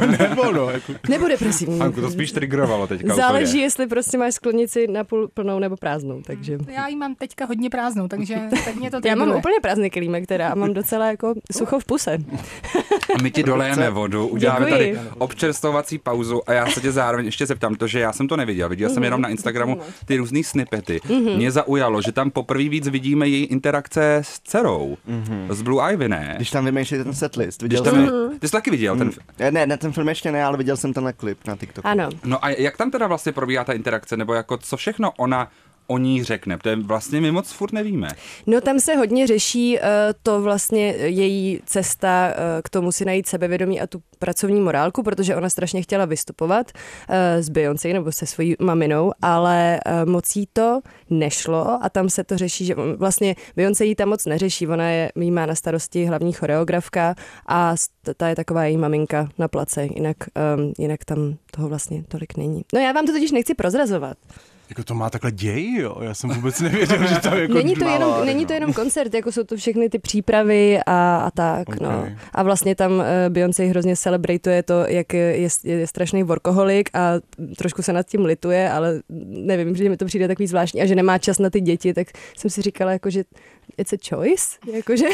Nebo depresivní. Hanku, to spíš triggerovalo teďka. Záleží, úplně. jestli prostě máš sklenici napůl plnou nebo prázdnou. Takže. Já ji mám teďka hodně prázdnou, takže tak mě to Já mám triggeruje. úplně prázdný kelímek teda a mám docela jako sucho v puse. A my ti dolejeme vodu, uděláme Děkuji. tady občerstvovací pauzu a já se tě zároveň ještě zeptám, protože já jsem to neviděl. Viděl jsem jenom na Instagramu ty různý snippety. Mě zaujalo, že tam poprvé víc vidíme její interakce s dcerou, s Blue Ivy, ne? Když tam vymýšlí ten setlist. Když Viděl tam jsem... Ty jsi taky viděl ten... Ne, ten film ještě ne, ale viděl jsem tenhle klip na TikToku. Ano. No a jak tam teda vlastně probíhá ta interakce, nebo jako co všechno ona o ní řekne? To je vlastně my moc furt nevíme. No tam se hodně řeší to vlastně její cesta k tomu si najít sebevědomí a tu pracovní morálku, protože ona strašně chtěla vystupovat s Beyoncé nebo se svojí maminou, ale moc jí to nešlo a tam se to řeší, že vlastně Beyoncé jí tam moc neřeší, ona jí má na starosti hlavní choreografka a ta je taková její maminka na place, jinak tam toho vlastně tolik není. No já vám to totiž nechci prozrazovat. Jako to má takhle děj, jo? Já jsem vůbec nevěděl, že to jako... Není to jenom koncert, jako jsou to všechny ty přípravy a tak, Okay. no. A vlastně tam Beyoncé hrozně celebrateuje to, jak je strašný workoholik a trošku se nad tím lituje, ale nevím, že mi to přijde takový zvláštní a že nemá čas na ty děti, tak jsem si říkala, jako, že it's a choice, jakože...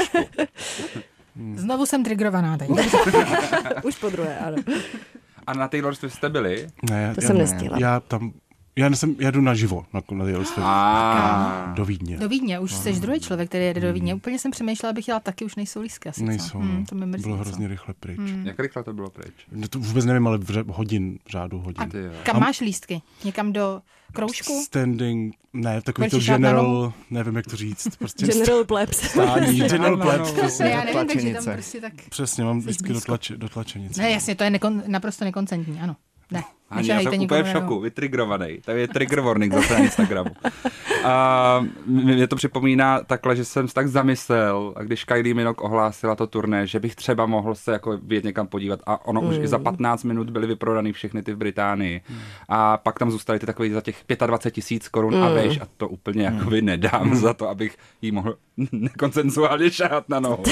Znovu jsem triggerovaná teď. Už po druhé, ano. A na Taylor Swift jste byli? Ne, To jsem nestihla. Já tam Já jedu naživo na do Vídně. Do Vídně, už jsi druhý člověk, který jede do Vídně. Úplně jsem přemýšlela, abych jela taky, už nejsou lístky asi. Nejsou, to mi mrzí. Bylo hrozně rychle pryč. Jak rychle to bylo pryč? No to vůbec nevím, ale řádu hodin. Kam máš lístky? Někam do kroužku? Standing, ne, takový Budeš to šát na general, nevím, jak to říct. Prostě General plebs. stání, general plebs, Ne, přesně. já nevím, takže tam tlačenice. prostě tak... Přesně, mám vždycky blízko. do tlačenice. Ne, jasně, to je naprosto nekoncentní, ano. Ne. Ani já jsem úplně v šoku, vytrigrovaný. To je trigger warning zase na Instagramu. A mě to připomíná takhle, že jsem se tak zamyslel, a když Kylie Minogue ohlásila to turné, že bych třeba mohl se jako vyjet někam podívat a ono už i za 15 minut byly vyprodaný všechny ty v Británii. A pak tam zůstaly ty takový za těch 25 000 korun a veš, a to úplně jakoby nedám za to, abych jí mohl nekonsenzuálně šáhat na nohu.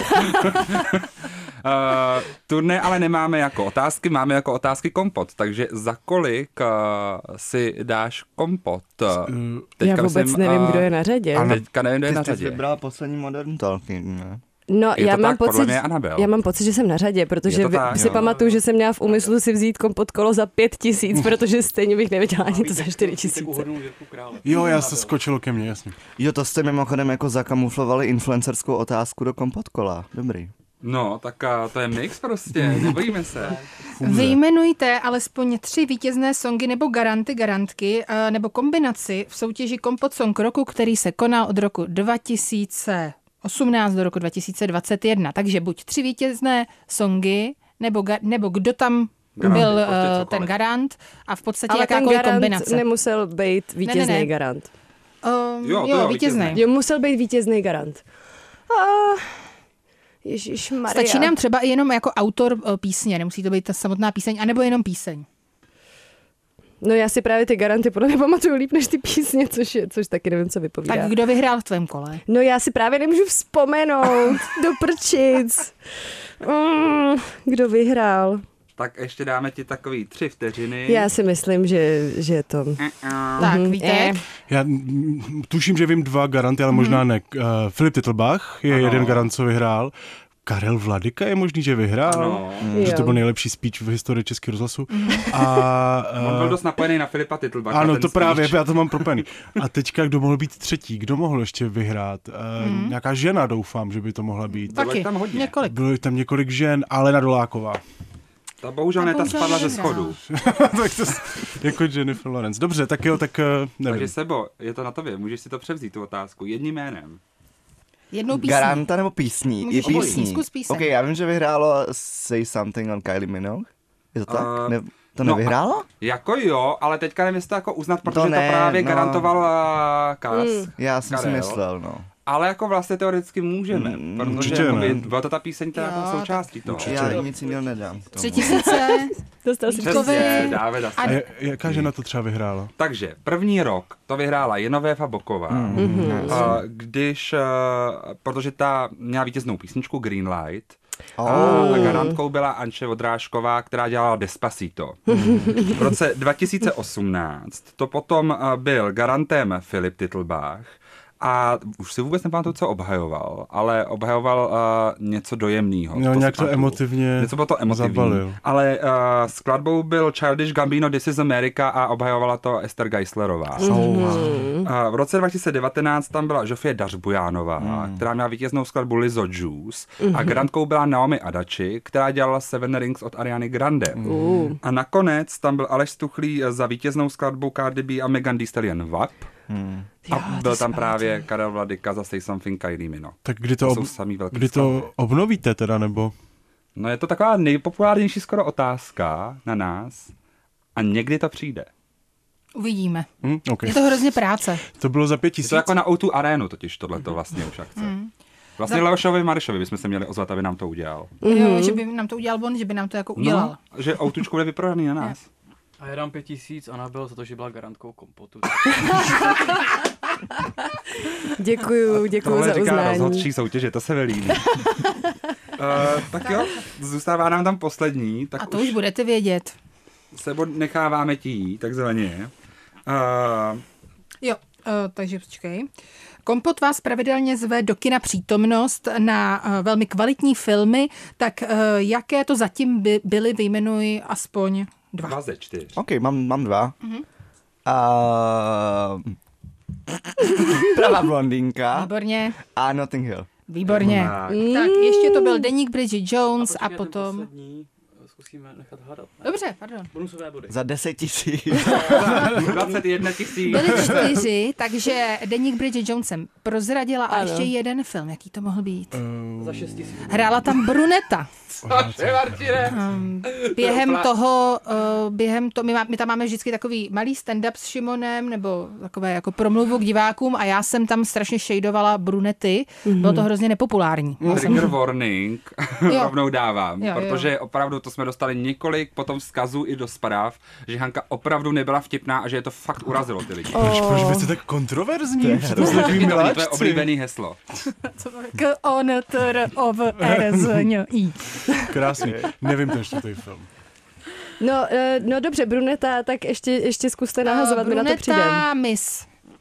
Turné ale nemáme jako otázky, máme jako otázky kompot, takže za kolik si dáš kompot? Já vůbec nevím, kdo je na řadě. Teďka nevím, kdo je na Ty jsi řadě. vybrala poslední Modern Talking, ne? No, Je já to mám tak? Podle pocit, mě je Anabel. já mám pocit, že jsem na řadě, protože Je to tak, si jo. pamatuju, že jsem měla v úmyslu si vzít kompot kolo za 5 000, protože stejně bych nevěděla ani to za 4 000. Jo, já se skočilo ke mně, jasně. Jo, to jste mimochodem jako zakamuflovali influencerskou otázku do kompotkola. Dobrý. No, tak to je mix prostě, nebojíme se. Vyjmenujte alespoň 3 vítězné songy nebo garantky nebo kombinaci v soutěži Kompot Song roku, který se konal od roku 2018 do roku 2021. Takže buď 3 vítězné songy, nebo kdo tam byl ten garant a v podstatě Ale ten jakákoliv garant kombinace. nemusel být vítězný Ne. garant. Jo, vítězný. Jo, musel být vítězný garant. Ježišmarja. Stačí nám třeba i jenom jako autor písně, nemusí to být ta samotná píseň, anebo jenom píseň. No já si právě ty garanty podle mě pamatuju líp než ty písně, což taky nevím, co vypovídá. Tak kdo vyhrál v tvém kole? No já si právě nemůžu vzpomenout. Do prčic. Kdo vyhrál? Tak ještě dáme ti takový 3 vteřiny. Já si myslím, že to... Tak, víte? Já tuším, že vím 2 garanty, ale možná ne. Filip Titlbach je jeden garant, co vyhrál. Karel Vladyka je možný, že vyhrál. Ano. Že to Jo. byl nejlepší speech v historii Českého rozhlasu. A, On byl dost napojený na Filipa Titlbacha. ano, ten to právě, speech. já to mám propojený. A teďka, kdo mohl být třetí? Kdo mohl ještě vyhrát? Nějaká žena, doufám, že by to mohla být. Bylo Taky, jich tam hodně. několik. Bylo tam několik žen, Alena Doláková. Ta bohužel ne, ta bohužel spadla ze nevyhrál. schodu. Tak to jako Jennifer Lawrence. Dobře, tak jo, tak nevím. Takže Sebo, je to na tobě, můžeš si to převzít, tu otázku, jedním jménem. Jednou písní. Garanta nebo písní? Můžeš I obojí. písní. Zkus píseň. Ok, já vím, že vyhrálo Say Something on Kylie Minogue. Je to tak? To no, nevyhrálo? Jako jo, ale teďka nevím, jestli to jako uznat, protože to, ne, právě no. garantoval Kas. Já jsem si Karel. myslel, no. Ale jako vlastně teoreticky můžeme, protože určitě jakoby, ne. byla to ta píseň, která byla součástí toho. Já nic jiného nedám. k tomu. 3000. Dostal si Přesně, Dávid asi. A jaká žena to třeba vyhrála? Takže první rok to vyhrála Jenovéfa Boková, protože ta měla vítěznou písničku Greenlight, a garantkou byla Anče Vodrážková, která dělala Despacito. V roce 2018 to potom byl garantem Filip Titlbach a už si vůbec nepamatuju, co obhajoval, ale obhajoval něco dojemného. No, nějak to emotivně něco bylo to emotivní. zabalil. Ale skladbou byl Childish Gambino This is America a obhajovala to Esther Geislerová. V roce 2019 tam byla Žofie Dařbujánová, která měla vítěznou skladbu Lizzo Juice a garantkou byla Naomi Adachi, která dělala Seven Rings od Ariany Grande. A nakonec tam byl Aleš Stuchlý za vítěznou skladbou Cardi B a Megan Thee Stallion WAP. A byl tam právě Karel Vladyka za Say Something Kylie Minogue. Tak kdy To jsou samý velký kdy to obnovíte teda, nebo? No je to taková nejpopulárnější skoro otázka na nás a někdy to přijde. Uvidíme. Okay. Je to hrozně práce. To bylo za 5 Je 000? to jako na O2 Arénu totiž tohleto vlastně už akce. Vlastně Leošovi Marišovi bychom se měli ozvat, aby nám to udělal. Jo, že by nám to udělal on, že by nám to jako udělal. No, že O2 bude vyprodaný na nás. A já dám 5 000 a Anabel za to, že byla garantkou kompotu. Děkuju Tohle za říká uznání. rozhodčí soutěže, to se velí. Tak jo, zůstává nám tam poslední. Tak A to už budete vědět. Sebo necháváme ti jít, takzvaně. Jo, takže počkej. Kompot vás pravidelně zve do kina Přítomnost na velmi kvalitní filmy, tak jaké to zatím byly, vyjmenuji aspoň 2. 2 ze 4. Ok, mám 2. Pravá blondýnka Výborně. a Notting Hill. Výborně. Tak ještě to byl Deník Bridget Jones a potom... Zkusíme nechat hádat. Dobře, pardon. Bonusové body. Za 10 000. 21 000. Byly 4, takže Deník Bridget Jones jsem prozradila a ještě jeden film. Jaký to mohl být? Za 6 000. Hrála tam bruneta. Martine. My tam máme vždycky takový malý stand-up s Šimonem, nebo takové jako promluvu k divákům a já jsem tam strašně šejdovala brunety. Bylo to hrozně nepopulární. Trigger warning Jo. rovnou dávám, Jo. protože opravdu to jsme dostali několik potom vzkazů i do zpráv, že Hanka opravdu nebyla vtipná a že je to fakt urazilo ty lidi. Proč byste tak kontroverzní? To jsou takový To je miláčci. oblíbený heslo. K-O-N-T-R-O-V-R-Z-N-I. Krásný. Nevím ten čtvrtý film. No dobře, bruneta, tak ještě zkuste nahazovat, mi na to přijdem. Bruneta Miss.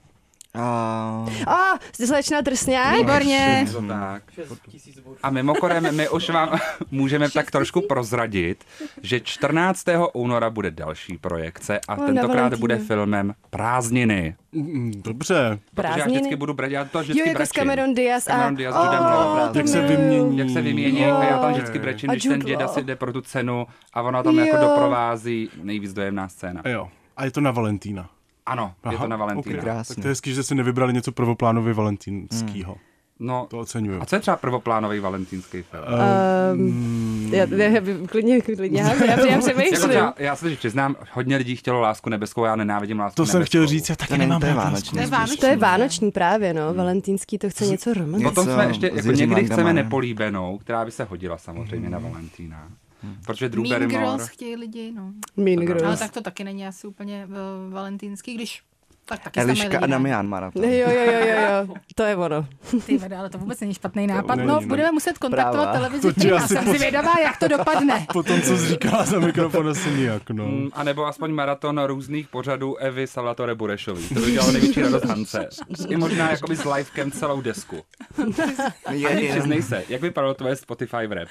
Slečna Drsňák. Výborně. To tak. A mimochodem, my už vám můžeme tak trošku prozradit, že 14. února bude další projekce a na tentokrát Valentína. bude filmem Prázdniny. Dobře. Protože já Prázdniny? vždycky budu brát, já to vždycky Jo, jako s brečím. Cameron Diaz Cameron Diaz s Judem Law. Jak se vymění. Jak se vymění a já tam vždycky brečím, A když ten Jude děda Law. si jde pro tu cenu a ona tam jako Jo. doprovází nejvíc dojemná scéna. Jo. A je to na Valentína. Ano, je to na Valentína. Okay. Krásný. Tak to je hezký, že jste si nevybrali něco prvoplánově valentínskýho. No, To oceňuju. a co je třeba prvoplánový valentínský film? Já klidně já Jako přemýšlím. třeba, já se přiznám, hodně lidí chtělo Lásku nebeskou, já nenávidím Lásku To nebeskou. jsem chtěl říct, já taky To není, nemám to je rád vánoční. lásku. To je vánoční právě, no. Valentínský to chce něco romantického. Potom jsme něco ještě, s jako Jiřím někdy chceme Langamanem. Nepolíbenou, která by se hodila samozřejmě na Valentína. Protože Drew Mean Barrymore... Girls chtějí lidi, no. Mean Ale Girls. tak to taky není asi úplně valentýnský, když tak taky tam mají Eliška lidi a rádi. Damian maraton. Jo, to je ono. Ty vada, ale to vůbec není špatný nápad. není, No, no. budeme muset kontaktovat Práva. televizi To ti Prima. asi Jsem zvědavá, jak to dopadne. Po tom, co jsi říkala za mikrofon, asi nijak, no. A nebo aspoň maraton různých pořadů Evy Salvatore Burešový. To by dělalo největší radost Hance. I možná jakoby s livecam celou desku. Ani přiznej se, jak vypadalo tvoje Spotify rap?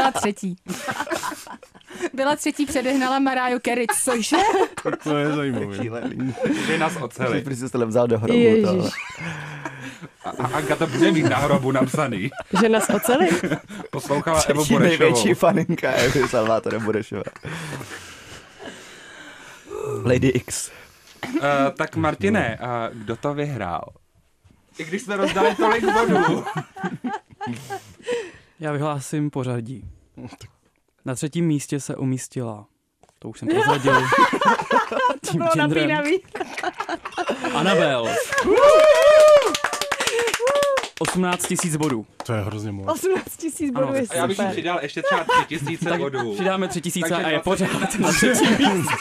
Byla třetí, předehnala Mariah Carey, cože? To je zajímavé. Šílený. Že nás oceli. Prostě jste to vzal do hrobu. Ježiš. A Anka to bude mít na hrobu napsaný. Že nás oceli? Poslouchala Evu Třetí největší Burešovou. faninka Evy Salvatore Burešové. Lady X. Tak Martine, kdo to vyhrál? I když jsme rozdali tolik bodů. Já vyhlásím pořadí. Na 3. místě se umístila, to už jsem prozradil, tím genderem, Annabelle. 18 000 bodů. To je hrozně moc. 18 000 bodů je A já bych jim super. přidal ještě třeba 3000 bodů. Přidáme 3000 Takže a je 20. pořád na 3. místě.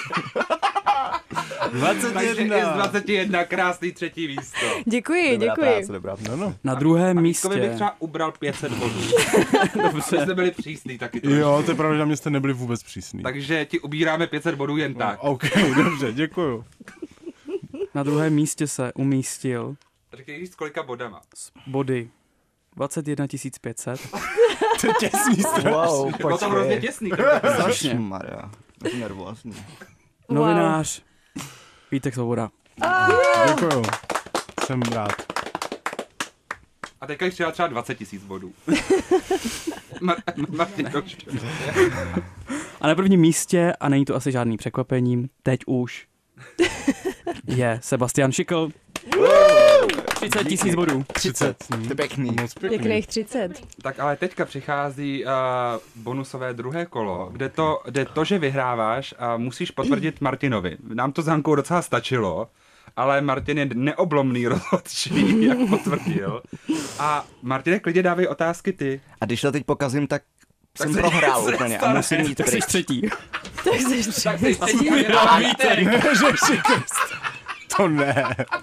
Takže i z 21 krásný 3. místo. Děkuji. Dobrá práce. No. Na 2. Místkovi bych místě. třeba ubral 500 bodů. Dobře. Jsme byli přísný taky trošku. Jo, to je pravda, že na mě jste nebyli vůbec přísný. Takže ti ubíráme 500 bodů jen tak. OK, dobře, děkuju. Na 2. místě se umístil Říkej, s kolika bodama? s body 21 500. To je těsný strašně. Wow, Bylo to hrozně těsný. Strašně. Maria. Jsem nervózní. Novinář Vítek Svoboda. Děkuju. Jsem rád. A teďka jich třeba 20 000 bodů. Martin, A na 1. místě, a není to asi žádný překvapením, teď už je Sebastian Šikl. 30 000 bodů. 30. To je pěkný. Moc pěkný. Pěkných 30. Tak ale teďka přichází bonusové druhé kolo, kde to, že vyhráváš, musíš potvrdit Martinovi. Nám to s Hankou docela stačilo, ale Martin je neoblomný rozhodčí, jak potvrdil. A Martine, klidně dávej otázky ty. A když to teď pokazím, tak jsem se prohrál nic úplně a nestane. musím jít Tak jsi pryč. třetí. Tak jsi Tak teď třetí a vyhrál Vítek. To ne.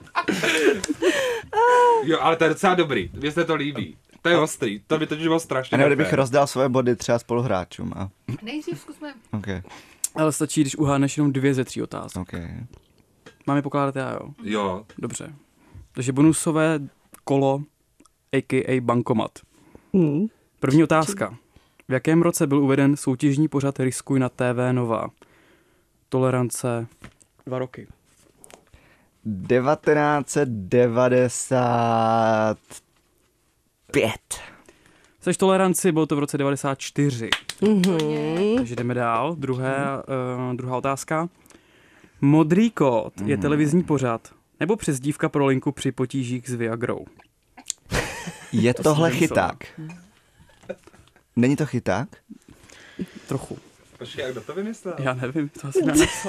Jo, ale to je docela dobrý, mně se to líbí. To je ostrý, to by totiž bylo strašně A nebo kdybych nefér. rozdal své body třeba spoluhráčům. A... Nejdřív zkusme. OK, Ale stačí, když uhádneš jenom 2 ze 3 otázek. OK. Mám je pokládat já, jo? Jo, Dobře. Takže bonusové kolo, a.k.a. bankomat. První otázka. V jakém roce byl uveden soutěžní pořad Riskuj na TV Nova? Tolerance 2 roky. 1995. Seš toleranci, bylo to v roce 94. Takže jdeme dál. Druhá otázka. Modrý kód je televizní pořad nebo přezdívka pro linku při potížích s Viagrou? Je tohle chyták? Není to chyták? Trochu. Počkej, a kdo to vymyslel? Já nevím, to asi nenapsal.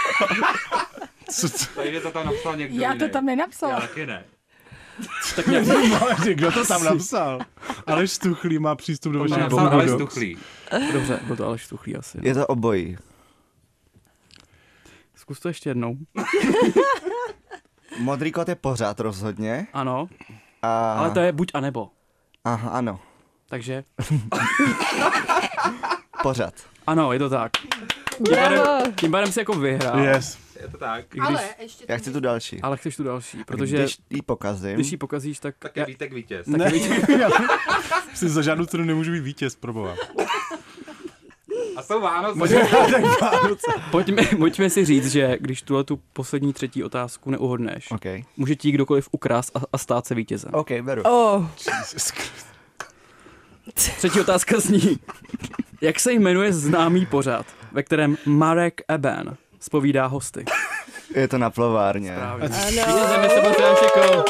Takže to tam napsal někdo Já jiný. to tam nenapsala. Já taky ne. Tak nějak... Kdo to tam napsal? Aleš Stuchlý má přístup do vašich Napsal Aleš bombodok. Stuchlý. Dobře, byl to Aleš Stuchlý asi. Je to obojí. Zkus to ještě jednou. Modrý kód je pořád rozhodně. Ano, A... ale to je buď a nebo. Aha, ano. Takže Pořád. ano, je to tak. Tím pádem si jako vyhrál. Yes. Je to tak. Ale ještě Já chci tu další. Ale chceš tu další, protože Když ji pokazím, když ji pokazíš, tak... Tak je Vítek vítěz. Ne, si za žádnou cenu nemůžu být vítěz, proboha. A jsou Vánoce. Pojďme si říct, že když tu poslední třetí otázku neuhodneš, OK. může ti kdokoliv ukrást a stát se vítězem. OK, beru. Třetí otázka zní, jak se jmenuje známý pořad, ve kterém Marek Eben zpovídá hosty? Je to na plovárně. Vítězem je Sebastian Šikl.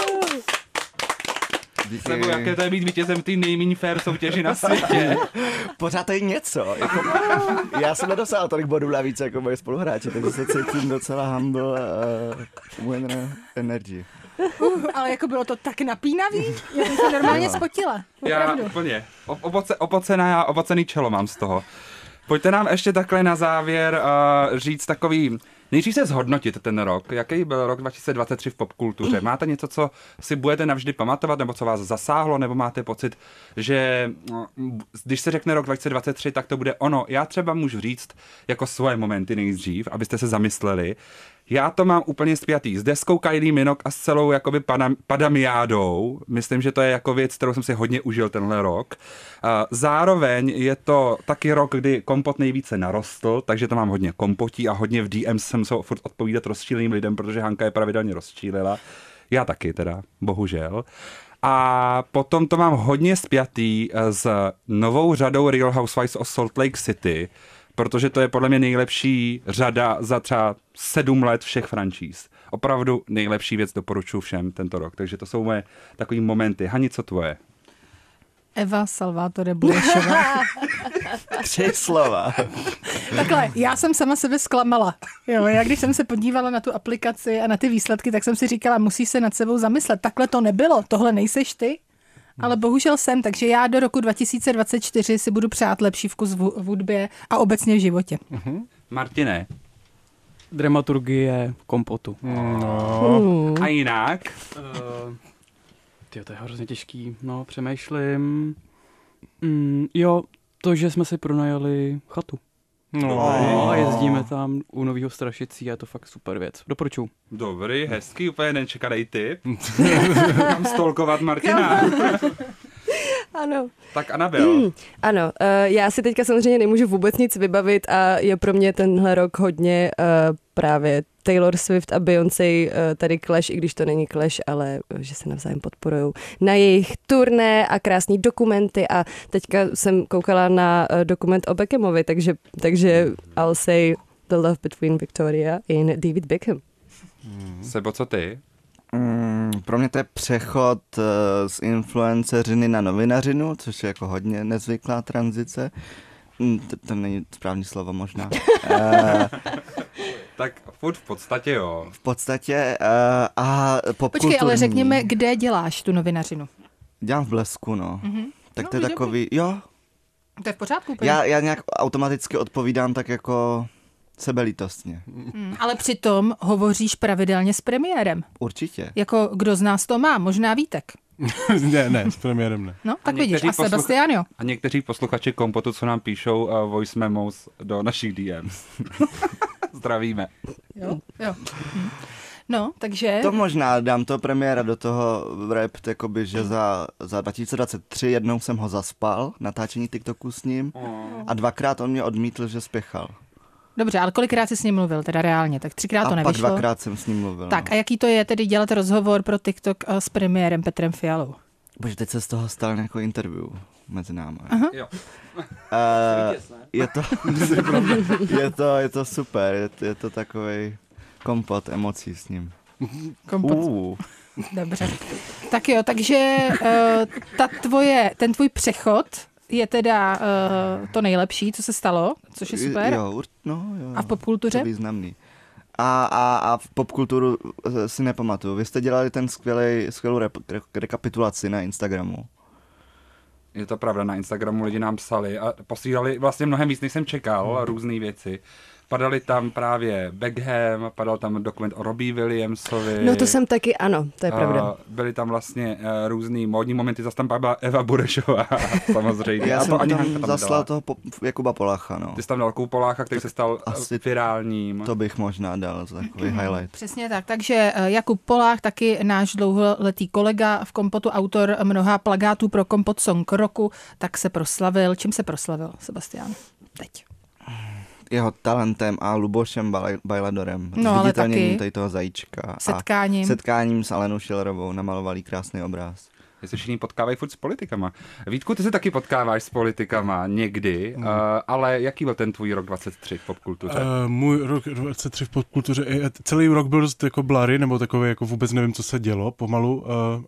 Sebo, jaké to je být vítězem ty nejméně fair soutěži na světě. Pořád to je něco. Jako, já jsem nedosáhl tolik bodů navíc jako moje spoluhráči, takže se cítím docela humble winner energy. ale jako bylo to tak napínavý, já jsem se normálně spotila. Já Opravdu. úplně. Ovocený čelo mám z toho. Pojďte nám ještě takhle na závěr říct takový, nejdřív se zhodnotit ten rok. Jaký byl rok 2023 v popkultuře? Máte něco, co si budete navždy pamatovat, nebo co vás zasáhlo, nebo máte pocit, že když se řekne rok 2023, tak to bude ono. Já třeba můžu říct jako svoje momenty nejdřív, abyste se zamysleli. Já to mám úplně spjatý s deskou Kylie Minogue a s celou jakoby padamiádou. Myslím, že to je jako věc, kterou jsem si hodně užil tenhle rok. Zároveň je to taky rok, kdy kompot nejvíce narostl, takže to mám hodně kompotí a hodně v DM jsem musel furt odpovídat rozčíleným lidem, protože Hanka je pravidelně rozčílila. Já taky teda, bohužel. A potom to mám hodně spjatý s novou řadou Real Housewives of Salt Lake City, protože to je podle mě nejlepší řada za třeba 7 let všech franšíz. Opravdu nejlepší věc, doporučuji všem tento rok. Takže to jsou moje takový momenty. Hani, co tvoje? Eva Salvatore Burešová. 3 slova. Takhle, já jsem sama sebe zklamala. Jo, já když jsem se podívala na tu aplikaci a na ty výsledky, tak jsem si říkala, musíš se nad sebou zamyslet. Takhle to nebylo, tohle nejseš ty. Ale bohužel jsem, takže já do roku 2024 si budu přát lepší vkus v hudbě a obecně v životě. Martine. Dramaturgie kompotu. A jinak? Tyjo, to je hrozně těžký. No, přemýšlím. Jo, to, že jsme si pronajali chatu. No, a jezdíme tam u Nového Strašicí a je to fakt super věc. Doporučuji. Dobrý, hezký, úplně nečekaný tip. Mám stolkovat Martina. Ano. Tak Anabel. Ano, já si teďka samozřejmě nemůžu vůbec nic vybavit a je pro mě tenhle rok hodně právě Taylor Swift a Beyoncé tady clash, i když to není clash, ale že se navzájem podporujou na jejich turné a krásný dokumenty a teďka jsem koukala na dokument o Beckhamovi, takže I'll say the love between Victoria and David Beckham. Sebo, co ty? Pro mě to je přechod z influenceřiny na novinařinu, což je jako hodně nezvyklá tranzice. To není správný slovo možná. Tak furt v podstatě jo. V podstatě a popkulturní. Počkej, ale řekněme, kde děláš tu novinařinu? Dělám v Blesku, no. Tak No, to je víš, takový, jo. To je v pořádku. Úplně. Já nějak automaticky odpovídám tak jako sebelítostně. Ale přitom hovoříš pravidelně s premiérem. Určitě. Jako kdo z nás to má? Možná Vítek. ne, s premiérem ne. No, tak někteří vidíš. A Sebastian, jo. A někteří posluchači kompotu, co nám píšou voice memos do našich DMs. Zdravíme. Jo. No, takže... To možná dám toho premiéra do toho rap, jakoby, že za 2023 jednou jsem ho zaspal, natáčení TikToku s ním, a 2krát on mě odmítl, že spěchal. Dobře, ale kolikrát jsi s ním mluvil, teda reálně? Tak 3krát to nevyšlo. A pak 2krát jsem s ním mluvil. Tak a jaký to je tedy dělat rozhovor pro TikTok s premiérem Petrem Fialou? Bože, teď se z toho stal nějakou interview mezi námi. Jo. Je to super, je to takovej kompot emocí s ním. Kompot. Dobře. Tak jo, takže ten tvůj přechod je teda to nejlepší, co se stalo, což je super. Jo. A v popkultuře? To významný. A v popkulturu si nepamatuju. Vy jste dělali ten skvělou rekapitulaci na Instagramu. Je to pravda, na Instagramu lidi nám psali a posílali vlastně mnohem víc, než jsem čekal, různé věci. Padaly tam právě Beckham, padal tam dokument o Robbie Williamsovi. No to jsem taky, ano, to je pravda. Byly tam vlastně různý módní momenty, zase tam pak byla Eva Burešová, samozřejmě. Já a jsem ani tam zaslal toho Jakuba Polácha, no. Ty jsi tam dal Jakuba Polácha, který se stal virálním. To bych možná dal za takový highlight. Přesně tak, takže Jakub Polách, taky náš dlouholetý kolega v Kompotu, autor mnoha plakátů pro Kompot Song roku, tak se proslavil. Čím se proslavil, Sebastián? Teď. Jeho talentem a Lubošem Bajladorem. No, ale taky tady toho zajíčka. Setkáním s Alenou Schillerovou namalovali krásný obraz. Ty se všichni potkávají furt s politikama. Vítku, ty se taky potkáváš s politikama někdy, ale jaký byl ten tvůj rok 23 v popkultuře? Můj rok 23 v popkultuře, celý rok byl dost jako blurry, nebo takový, jako vůbec nevím, co se dělo pomalu.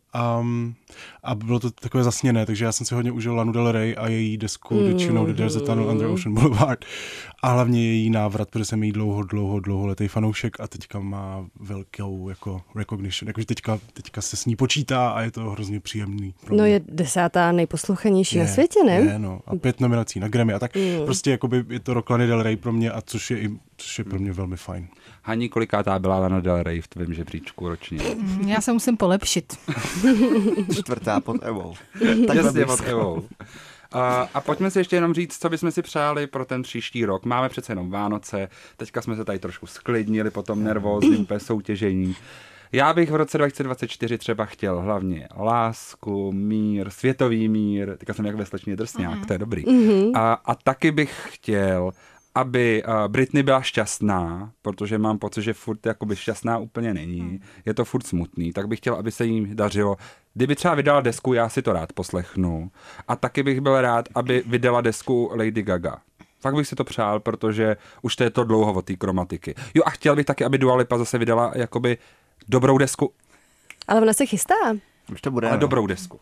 A bylo to takové zasněné, takže já jsem si hodně užil Lanu Del Rey a její desku Did You Know That There's a Tunnel Under Ocean Boulevard. A hlavně její návrat, protože jsem jí dlouholetý fanoušek a teďka má velkou jako recognition. Jakože teďka se s ní počítá a je to hrozně příjemný. No je 10. nejposlouchanější na světě, ne? Je, no. A 5 nominací na Grammy. A tak prostě jakoby je to rok Lany Del Rey pro mě, a což je pro mě velmi fajn. Hani, kolikátá byla Lana Del Rey v tvém žebříčku ročně? Já se musím polepšit. 4. pod Evou. Jasně, pod Evou. A pojďme si ještě jenom říct, co bychom si přáli pro ten příští rok. Máme přece jenom Vánoce, teďka jsme se tady trošku sklidnili po tom nervózním úplně soutěžení. Já bych v roce 2024 třeba chtěl hlavně lásku, mír, světový mír, teďka jsem jak ve slečně drsňák, to je dobrý. A taky bych chtěl, aby Britney byla šťastná, protože mám pocit, že furt jakoby šťastná úplně není, je to furt smutný, tak bych chtěl, aby se jí dařilo. Kdyby třeba vydala desku, já si to rád poslechnu. A taky bych byl rád, aby vydala desku Lady Gaga. Fakt bych si to přál, protože už to je to dlouho od té kromatiky. Jo, a chtěl bych taky, aby Dua Lipa zase vydala jakoby dobrou desku. Ale ona se chystá. Už to bude. Ale dobrou desku.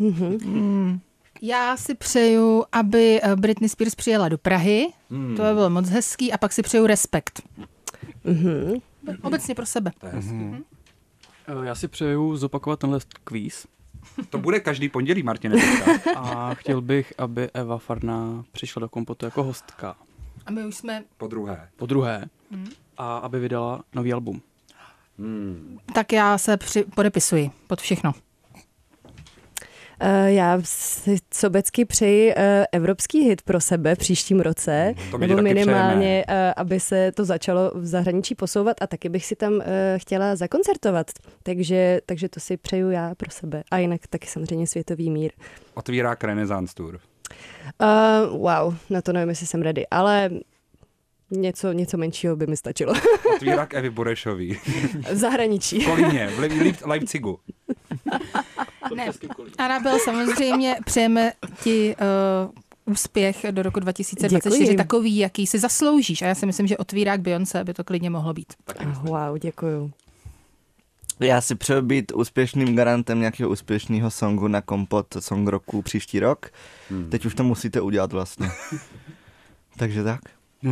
Já si přeju, aby Britney Spears přijela do Prahy. To by bylo moc hezký. A pak si přeju respekt. Obecně pro sebe. Já si přeju zopakovat tenhle kvíz. To bude každý pondělí, Martine. A chtěl bych, aby Eva Farná přišla do Kompotu jako hostka. A my už jsme... Po druhé. A aby vydala nový album. Tak já se podepisuji pod všechno. Já si sobecky přeji evropský hit pro sebe v příštím roce, nebo minimálně, aby se to začalo v zahraničí posouvat a taky bych si tam chtěla zakoncertovat. Takže to si přeju já pro sebe. A jinak taky samozřejmě světový mír. Otvírá Renaissance Tour. Wow, na to nevím, jestli jsem ready, ale něco menšího by mi stačilo. Otvírá k Evy Burešový. V zahraničí. V Kolíně, v Leipzigu. Ne, Anabel, samozřejmě přejeme ti úspěch do roku 2024, děkuji. takový, jaký si zasloužíš. A já si myslím, že otvírák Beyoncé by to klidně mohlo být. Wow, děkuju. Já si přeju být úspěšným garantem nějakého úspěšného songu na Kompot Song roku příští rok. Teď už to musíte udělat vlastně. Takže tak.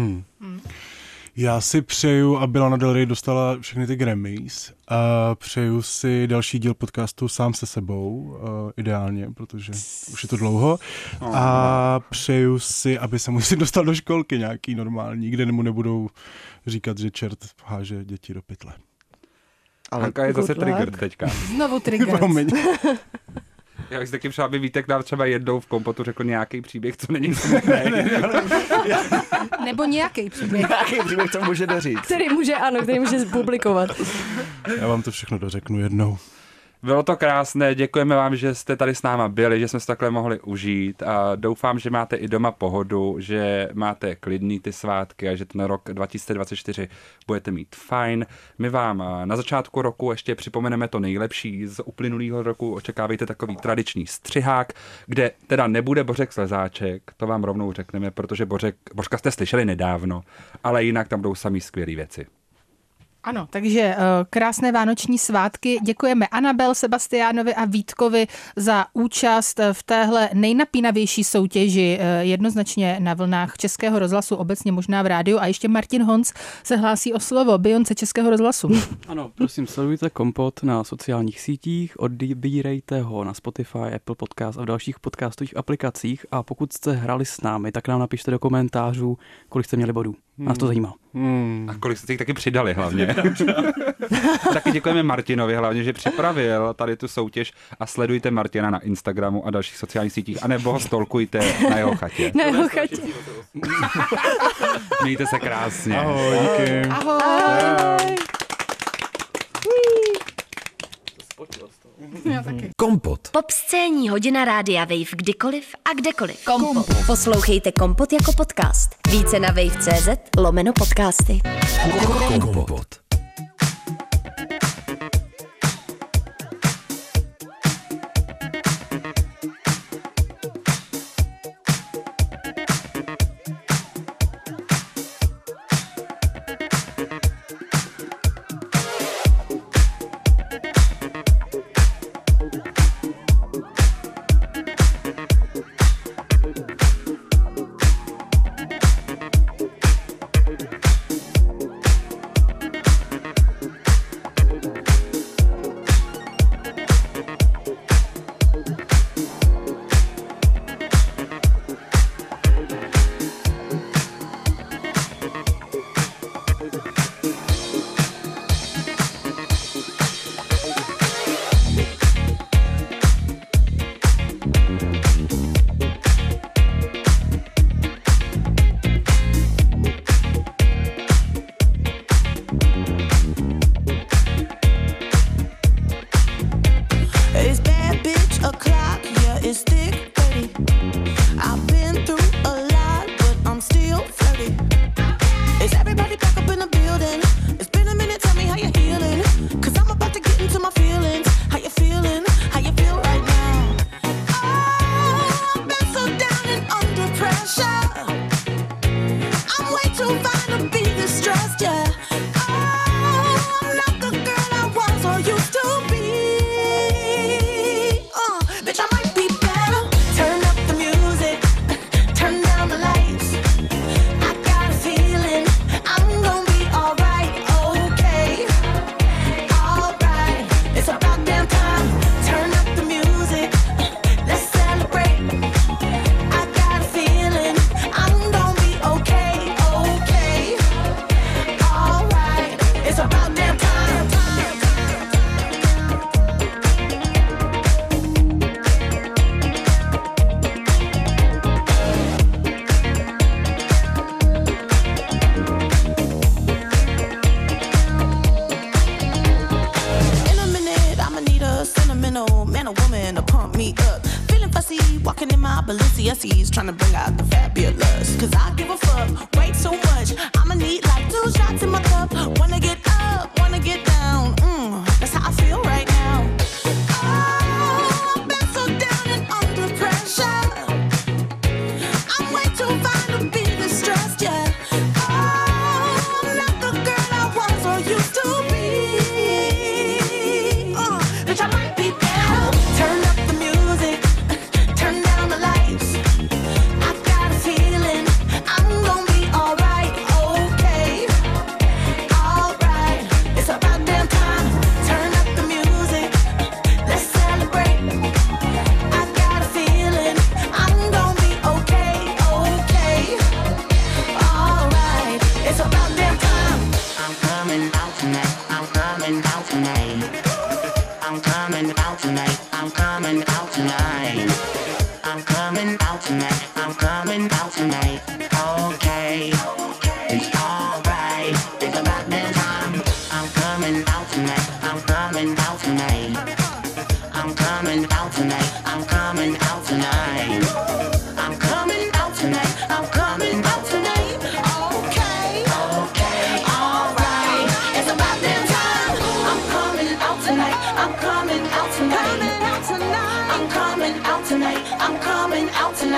Já si přeju, aby Lana Del Rey dostala všechny ty Grammys. A přeju si další díl podcastu Sám se sebou, ideálně, protože už je to dlouho. A přeju si, aby se můj syn dostal do školky nějaký normální, kde mu nebudou říkat, že čert háže děti do pytle. Ale Hanka je zase trigger teďka. Znovu trigger. Já bych si taky přál, aby Vítek nám třeba jednou v Kompotu řekl nějaký příběh, co není smutný. Nebo nějaký příběh. Nějaký příběh, co může doříct. Který může publikovat. Já vám to všechno dořeknu jednou. Bylo to krásné, děkujeme vám, že jste tady s náma byli, že jsme se takhle mohli užít a doufám, že máte i doma pohodu, že máte klidný ty svátky a že ten rok 2024 budete mít fajn. My vám na začátku roku ještě připomeneme to nejlepší z uplynulého roku, očekávejte takový tradiční střihák, kde teda nebude Bořek Slezáček, to vám rovnou řekneme, protože Bořka jste slyšeli nedávno, ale jinak tam budou samý skvělý věci. Ano, takže krásné vánoční svátky. Děkujeme Anabel, Sebastiánovi a Vítkovi za účast v téhle nejnapínavější soutěži, jednoznačně na vlnách Českého rozhlasu, obecně možná v rádiu. A ještě Martin Honc se hlásí o slovo, Beyoncé Českého rozhlasu. Ano, prosím, sledujte Kompot na sociálních sítích, odbírejte ho na Spotify, Apple Podcast a v dalších podcastových aplikacích a pokud jste hráli s námi, tak nám napište do komentářů, kolik jste měli bodů. Nás to zajímá. A kolik jste jich taky přidali hlavně. Taky děkujeme Martinovi hlavně, že připravil tady tu soutěž a sledujte Martina na Instagramu a dalších sociálních sítích, anebo ho stalkujte na jeho chatě. Na jeho chatě. Mějte se krásně. Ahoj, díky. Ahoj. Kompot. Popscénní hodina rádia Wave kdykoliv a kdekoliv. Kompot. Poslouchejte Kompot jako podcast. Více na wave.cz/podcasty. Kompot. Balenciennes trying to bring out the fabulous. Cause I give a fuck, wait so much. I'ma need like 2 shots in my cup. Wanna get up, wanna get down. That's how I feel right now. Oh, I've been so down and under pressure. I'm way too fine to be this stressed, yeah. Oh, I'm not the girl I was or used to be. Bitch, I might be better. Turn up the music, turn down the lights. I got a feeling I'm gonna be alright, okay. Alright, it's about damn time. Turn up the music, let's celebrate. I got a feeling I'm gonna be okay, okay. Alright, it's about damn time. I'm coming out tonight, I'm coming out tonight. I'm coming out tonight, I'm coming out tonight. I'm coming out tonight, I'm coming out tonight. Okay, it's alright, it's about that time. I'm coming out tonight, I'm coming out tonight. out tonight. I'm coming out tonight. I'm coming out tonight. Okay, okay, alright. It's about damn time. I'm coming out tonight. I'm coming out tonight. I'm coming out tonight. I'm coming out tonight.